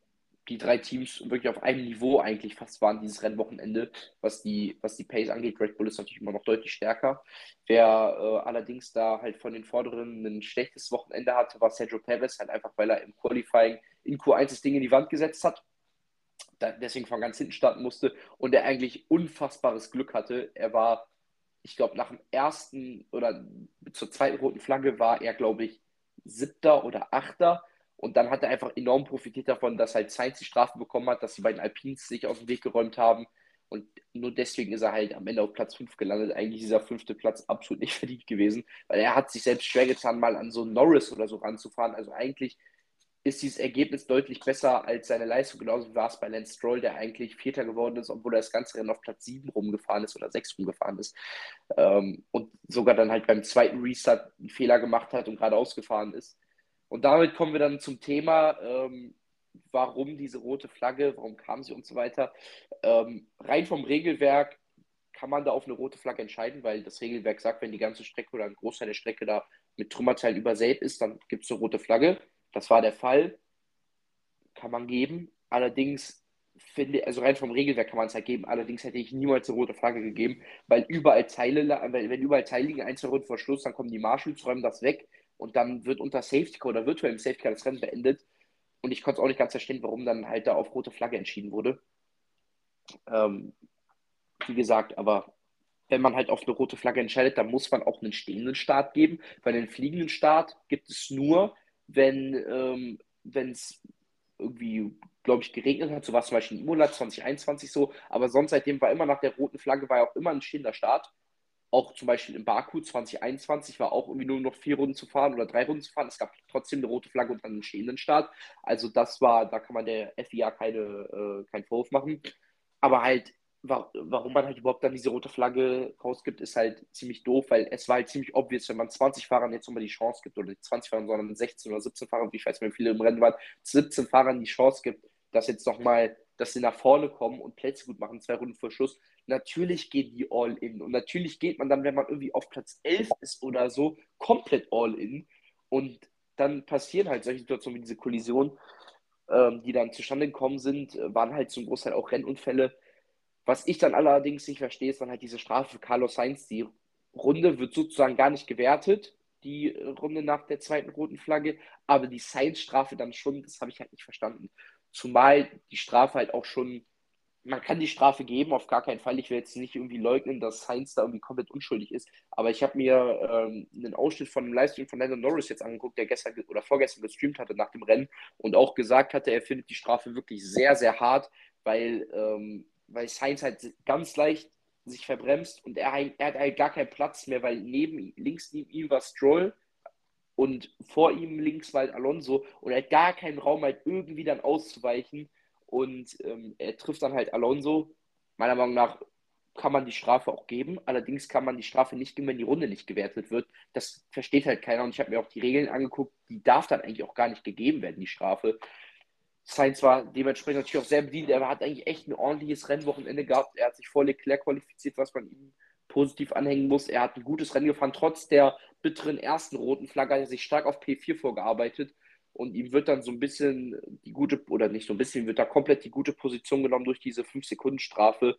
die drei Teams wirklich auf einem Niveau eigentlich fast waren dieses Rennwochenende, was die, was die Pace angeht. Red Bull ist natürlich immer noch deutlich stärker. Wer äh, allerdings da halt von den Vorderen ein schlechtes Wochenende hatte, war Sergio Perez, halt einfach, weil er im Qualifying in Q eins das Ding in die Wand gesetzt hat, da, deswegen von ganz hinten starten musste und er eigentlich unfassbares Glück hatte. Er war, ich glaube, nach dem ersten oder zur zweiten roten Flagge war er, glaube ich, siebter oder achter. Und dann hat er einfach enorm profitiert davon, dass halt Sainz die Strafe bekommen hat, dass die beiden Alpines sich aus dem Weg geräumt haben. Und nur deswegen ist er halt am Ende auf Platz fünf gelandet. Eigentlich ist dieser fünfte Platz absolut nicht verdient gewesen, weil er hat sich selbst schwer getan, mal an so Norris oder so ranzufahren. Also eigentlich ist dieses Ergebnis deutlich besser als seine Leistung. Genauso war es bei Lance Stroll, der eigentlich Vierter geworden ist, obwohl er das ganze Rennen auf Platz sieben rumgefahren ist oder sechs rumgefahren ist. Ähm, und sogar dann halt beim zweiten Restart einen Fehler gemacht hat und gerade ausgefahren ist. Und damit kommen wir dann zum Thema, ähm, warum diese rote Flagge, warum kam sie und so weiter. Ähm, rein vom Regelwerk kann man da auf eine rote Flagge entscheiden, weil das Regelwerk sagt, wenn die ganze Strecke oder ein Großteil der Strecke da mit Trümmerteilen übersät ist, dann gibt es eine rote Flagge. Das war der Fall, kann man geben. Allerdings finde, also rein vom Regelwerk kann man es halt geben. Allerdings hätte ich niemals eine rote Flagge gegeben, weil überall Teile, weil wenn überall Teile liegen, ein, zwei Runden vor Schluss, dann kommen die Marshals, räumen das weg und dann wird unter Safety Car oder virtuellem Safety Car das Rennen beendet. Und ich konnte es auch nicht ganz verstehen, warum dann halt da auf rote Flagge entschieden wurde. Ähm, wie gesagt, aber wenn man halt auf eine rote Flagge entscheidet, dann muss man auch einen stehenden Start geben, weil einen fliegenden Start gibt es nur, wenn ähm, wenn es irgendwie, glaube ich, geregnet hat. So war es zum Beispiel in Imola zwanzig einundzwanzig so. Aber sonst seitdem war immer nach der roten Flagge war ja auch immer ein stehender Start. Auch zum Beispiel in Baku zwanzig einundzwanzig war auch irgendwie nur noch vier Runden zu fahren oder drei Runden zu fahren. Es gab trotzdem eine rote Flagge und dann einen stehenden Start. Also das war, da kann man der F I A keine, äh, keinen Vorwurf machen. Aber halt, wa warum man halt überhaupt dann diese rote Flagge rausgibt, ist halt ziemlich doof, weil es war halt ziemlich obvious, wenn man zwanzig Fahrern jetzt nochmal die Chance gibt, oder nicht zwanzig Fahrern, sondern sechzehn oder siebzehn Fahrern, ich weiß nicht, wie viele im Rennen waren, siebzehn Fahrern die Chance gibt, dass jetzt nochmal, dass sie nach vorne kommen und Plätze gut machen, zwei Runden vor Schluss. Natürlich gehen die all in. Und natürlich geht man dann, wenn man irgendwie auf Platz elf ist oder so, komplett all in. Und dann passieren halt solche Situationen wie diese Kollision, ähm, die dann zustande gekommen sind, äh, waren halt zum Großteil auch Rennunfälle. Was ich dann allerdings nicht verstehe, ist dann halt diese Strafe für Carlos Sainz. Die Runde wird sozusagen gar nicht gewertet, die äh, Runde nach der zweiten roten Flagge, aber die Sainz-Strafe dann schon, das habe ich halt nicht verstanden. Zumal die Strafe halt auch schon, man kann die Strafe geben, auf gar keinen Fall. Ich will jetzt nicht irgendwie leugnen, dass Sainz da irgendwie komplett unschuldig ist, aber ich habe mir ähm, einen Ausschnitt von einem Livestream von Lando Norris jetzt angeguckt, der gestern oder vorgestern gestreamt hatte nach dem Rennen und auch gesagt hatte, er findet die Strafe wirklich sehr, sehr hart, weil, ähm, weil Sainz halt ganz leicht sich verbremst und er, er hat halt gar keinen Platz mehr, weil neben links neben ihm war Stroll und vor ihm links war halt Alonso und er hat gar keinen Raum halt irgendwie dann auszuweichen und ähm, er trifft dann halt Alonso. Meiner Meinung nach kann man die Strafe auch geben, allerdings kann man die Strafe nicht geben, wenn die Runde nicht gewertet wird. Das versteht halt keiner und ich habe mir auch die Regeln angeguckt, die darf dann eigentlich auch gar nicht gegeben werden, die Strafe. Sainz war dementsprechend natürlich auch sehr bedient. Er hat eigentlich echt ein ordentliches Rennwochenende gehabt. Er hat sich vor Leclerc qualifiziert, was man ihm positiv anhängen muss. Er hat ein gutes Rennen gefahren, trotz der bitteren ersten roten Flagge. Er hat sich stark auf P vier vorgearbeitet und ihm wird dann so ein bisschen die gute, oder nicht so ein bisschen, wird da komplett die gute Position genommen durch diese fünf Sekunden Strafe.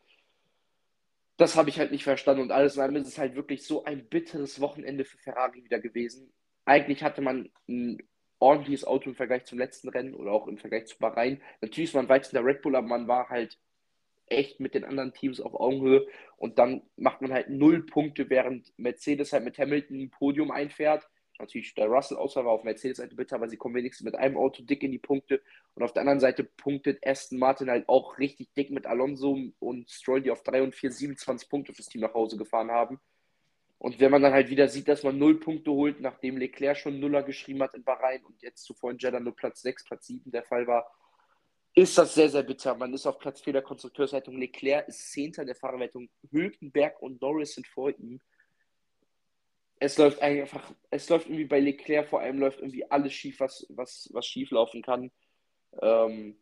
Das habe ich halt nicht verstanden und alles in allem ist es halt wirklich so ein bitteres Wochenende für Ferrari wieder gewesen. Eigentlich hatte man ein ordentliches Auto im Vergleich zum letzten Rennen oder auch im Vergleich zu Bahrain. Natürlich ist man weit in der Red Bull, aber man war halt echt mit den anderen Teams auf Augenhöhe und dann macht man halt null Punkte, während Mercedes halt mit Hamilton ein Podium einfährt. Natürlich der Russell-Ausfall war auf Mercedes-Seite bitter, aber sie kommen wenigstens mit einem Auto dick in die Punkte. Und auf der anderen Seite punktet Aston Martin halt auch richtig dick mit Alonso und Stroll, die auf drei und vier siebenundzwanzig Punkte fürs Team nach Hause gefahren haben. Und wenn man dann halt wieder sieht, dass man null Punkte holt, nachdem Leclerc schon Nuller geschrieben hat in Bahrain und jetzt zuvor in Jeddah nur Platz sechs, Platz sieben der Fall war, ist das sehr, sehr bitter. Man ist auf Platz vier der Konstrukteurswertung. Leclerc ist Zehnter der Fahrerwertung. Hülkenberg und Norris sind vor ihm. Es läuft einfach, es läuft irgendwie bei Leclerc vor allem läuft irgendwie alles schief, was, was, was schief laufen kann. Ähm,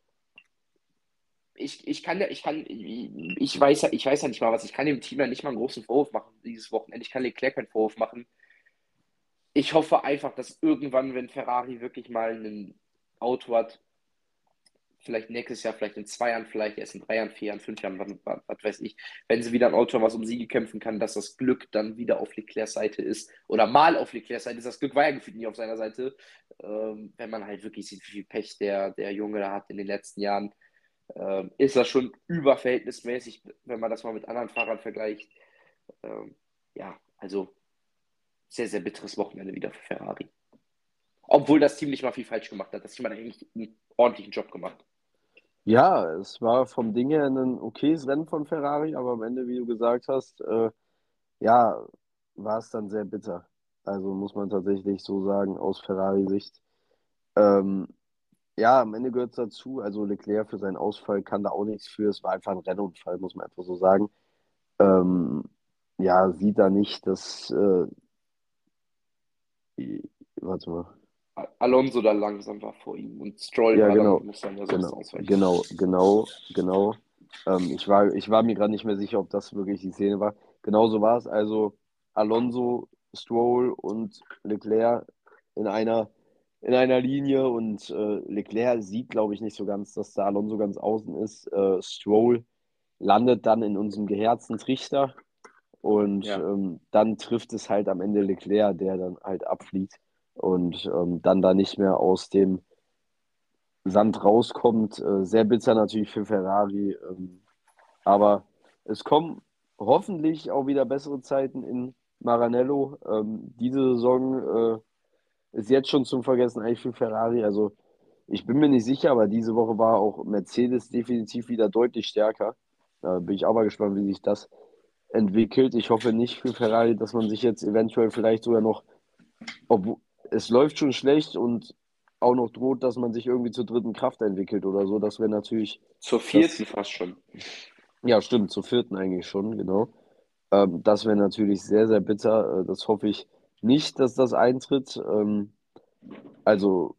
ich, ich kann ja, ich kann, ich weiß ja, ich weiß ja nicht mal was. Ich kann dem Team ja nicht mal einen großen Vorwurf machen dieses Wochenende. Ich kann Leclerc keinen Vorwurf machen. Ich hoffe einfach, dass irgendwann, wenn Ferrari wirklich mal ein Auto hat, vielleicht nächstes Jahr, vielleicht in zwei Jahren, vielleicht erst in drei Jahren, vier Jahren, fünf Jahren, was, was, was weiß ich, wenn sie wieder ein Auto haben, was um Siege kämpfen kann, dass das Glück dann wieder auf Leclercs Seite ist oder mal auf Leclercs Seite ist. Das Glück war ja gefühlt nicht auf seiner Seite. Ähm, wenn man halt wirklich sieht, wie viel Pech der, der Junge da hat in den letzten Jahren, ähm, ist das schon überverhältnismäßig, wenn man das mal mit anderen Fahrern vergleicht. Ähm, ja, also sehr, sehr bitteres Wochenende wieder für Ferrari. Obwohl das Team nicht mal viel falsch gemacht hat. Das Team hat eigentlich einen ordentlichen Job gemacht. Ja, es war vom Ding her ein okayes Rennen von Ferrari, aber am Ende, wie du gesagt hast, äh, ja, war es dann sehr bitter. Also muss man tatsächlich so sagen, aus Ferrari-Sicht. Ähm, ja, am Ende gehört es dazu. Also Leclerc für seinen Ausfall kann da auch nichts für. Es war einfach ein Rennunfall, muss man einfach so sagen. Ähm, ja, sieht da nicht, dass, äh, warte mal. Alonso da langsam war vor ihm und Stroll Ja, war dann, genau, muss dann ja sonst genau, ausweichen. genau, genau, genau. Ähm, ich war, ich war mir gerade nicht mehr sicher, ob das wirklich die Szene war. Genau so war es. Also Alonso, Stroll und Leclerc in einer, in einer Linie und äh, Leclerc sieht, glaube ich, nicht so ganz, dass da Alonso ganz außen ist. Äh, Stroll landet dann in unserem geherzten Trichter und Ja, ähm, dann trifft es halt am Ende Leclerc, der dann halt abfliegt und ähm, dann da nicht mehr aus dem Sand rauskommt. Äh, sehr bitter natürlich für Ferrari. Ähm, aber es kommen hoffentlich auch wieder bessere Zeiten in Maranello. Ähm, diese Saison äh, ist jetzt schon zum Vergessen eigentlich für Ferrari. Also ich bin mir nicht sicher, aber diese Woche war auch Mercedes definitiv wieder deutlich stärker. Da bin ich auch mal gespannt, wie sich das entwickelt. Ich hoffe nicht für Ferrari, dass man sich jetzt eventuell vielleicht sogar noch, obwohl es läuft schon schlecht und auch noch droht, dass man sich irgendwie zur dritten Kraft entwickelt oder so. Das wäre natürlich zur vierten das, fast schon. ja, stimmt, zur vierten eigentlich schon, genau. Ähm, das wäre natürlich sehr, sehr bitter. Äh, das hoffe ich nicht, dass das eintritt. Ähm, also,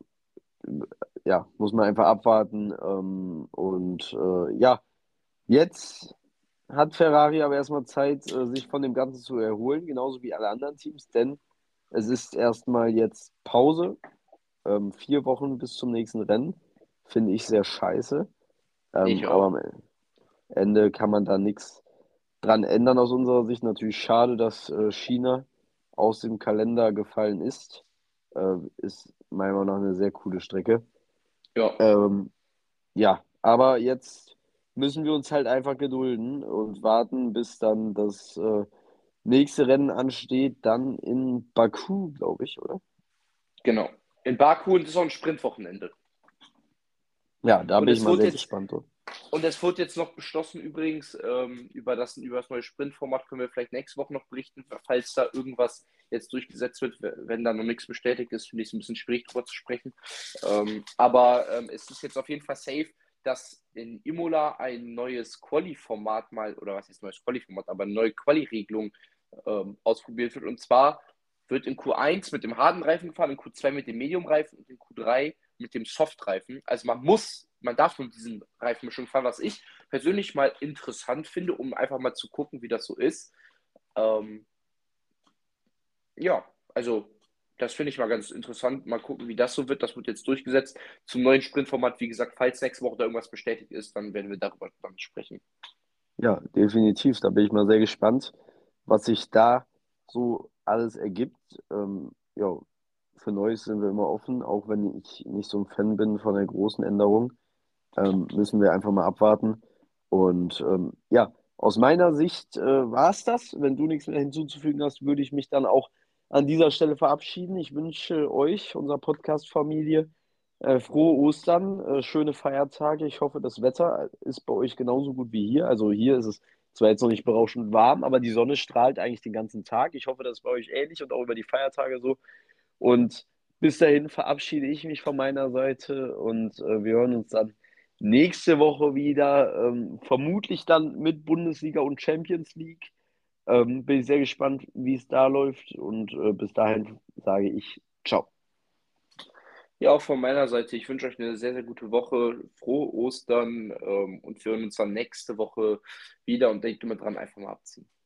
ja, muss man einfach abwarten. Ähm, und äh, ja, jetzt hat Ferrari aber erstmal Zeit, äh, sich von dem Ganzen zu erholen, genauso wie alle anderen Teams, denn es ist erstmal jetzt Pause. Ähm, vier Wochen bis zum nächsten Rennen. Finde ich sehr scheiße. Ähm, Ich aber auch. am Ende kann man da nichts dran ändern aus unserer Sicht. Natürlich schade, dass äh, China aus dem Kalender gefallen ist. Äh, ist meiner Meinung nach eine sehr coole Strecke. Ja, Ähm, ja, aber jetzt müssen wir uns halt einfach gedulden und warten, bis dann das äh, nächste Rennen ansteht, dann in Baku, glaube ich, oder? genau. In Baku und das ist auch ein Sprintwochenende. Ja, da Und bin ich es mal wurde sehr jetzt, gespannt. und es wurde jetzt noch beschlossen übrigens, ähm, über das, über das neue Sprintformat können wir vielleicht nächste Woche noch berichten, falls da irgendwas jetzt durchgesetzt wird. Wenn da noch nichts bestätigt ist, finde ich es ein bisschen schwierig darüber zu sprechen. Ähm, aber ähm, es ist jetzt auf jeden Fall safe, dass in Imola ein neues Quali-Format mal, oder was ist neues Quali-Format, aber eine neue Quali-Regelung ähm, ausprobiert wird. Und zwar wird in Q eins mit dem harten Reifen gefahren, in Q zwei mit dem Medium-Reifen und in Q drei mit dem Soft-Reifen. Also man muss, man darf nur diesen Reifenmischung fahren, was ich persönlich mal interessant finde, um einfach mal zu gucken, wie das so ist. Ähm, ja, also das finde ich mal ganz interessant. Mal gucken, wie das so wird. Das wird jetzt durchgesetzt. Zum neuen Sprintformat, wie gesagt, falls nächste Woche da irgendwas bestätigt ist, dann werden wir darüber dann sprechen. Ja, definitiv. Da bin ich mal sehr gespannt, was sich da so alles ergibt. Ähm, ja, für Neues sind wir immer offen, auch wenn ich nicht so ein Fan bin von der großen Änderung. Ähm, müssen wir einfach mal abwarten. Und ähm, ja, aus meiner Sicht äh, war es das. Wenn du nichts mehr hinzuzufügen hast, würde ich mich dann auch an dieser Stelle verabschieden. Ich wünsche euch, unserer Podcast-Familie, äh, frohe Ostern, äh, schöne Feiertage. Ich hoffe, das Wetter ist bei euch genauso gut wie hier. Also hier ist es zwar jetzt noch nicht berauschend warm, aber die Sonne strahlt eigentlich den ganzen Tag. Ich hoffe, das ist bei euch ähnlich und auch über die Feiertage so. Und bis dahin verabschiede ich mich von meiner Seite und äh, wir hören uns dann nächste Woche wieder, ähm, vermutlich dann mit Bundesliga und Champions League. Ähm, bin ich sehr gespannt, wie es da läuft und äh, bis dahin sage ich ciao. Ja, auch von meiner Seite. Ich wünsche euch eine sehr, sehr gute Woche, frohe Ostern ähm, und wir hören uns dann nächste Woche wieder und denkt immer dran, einfach mal abziehen.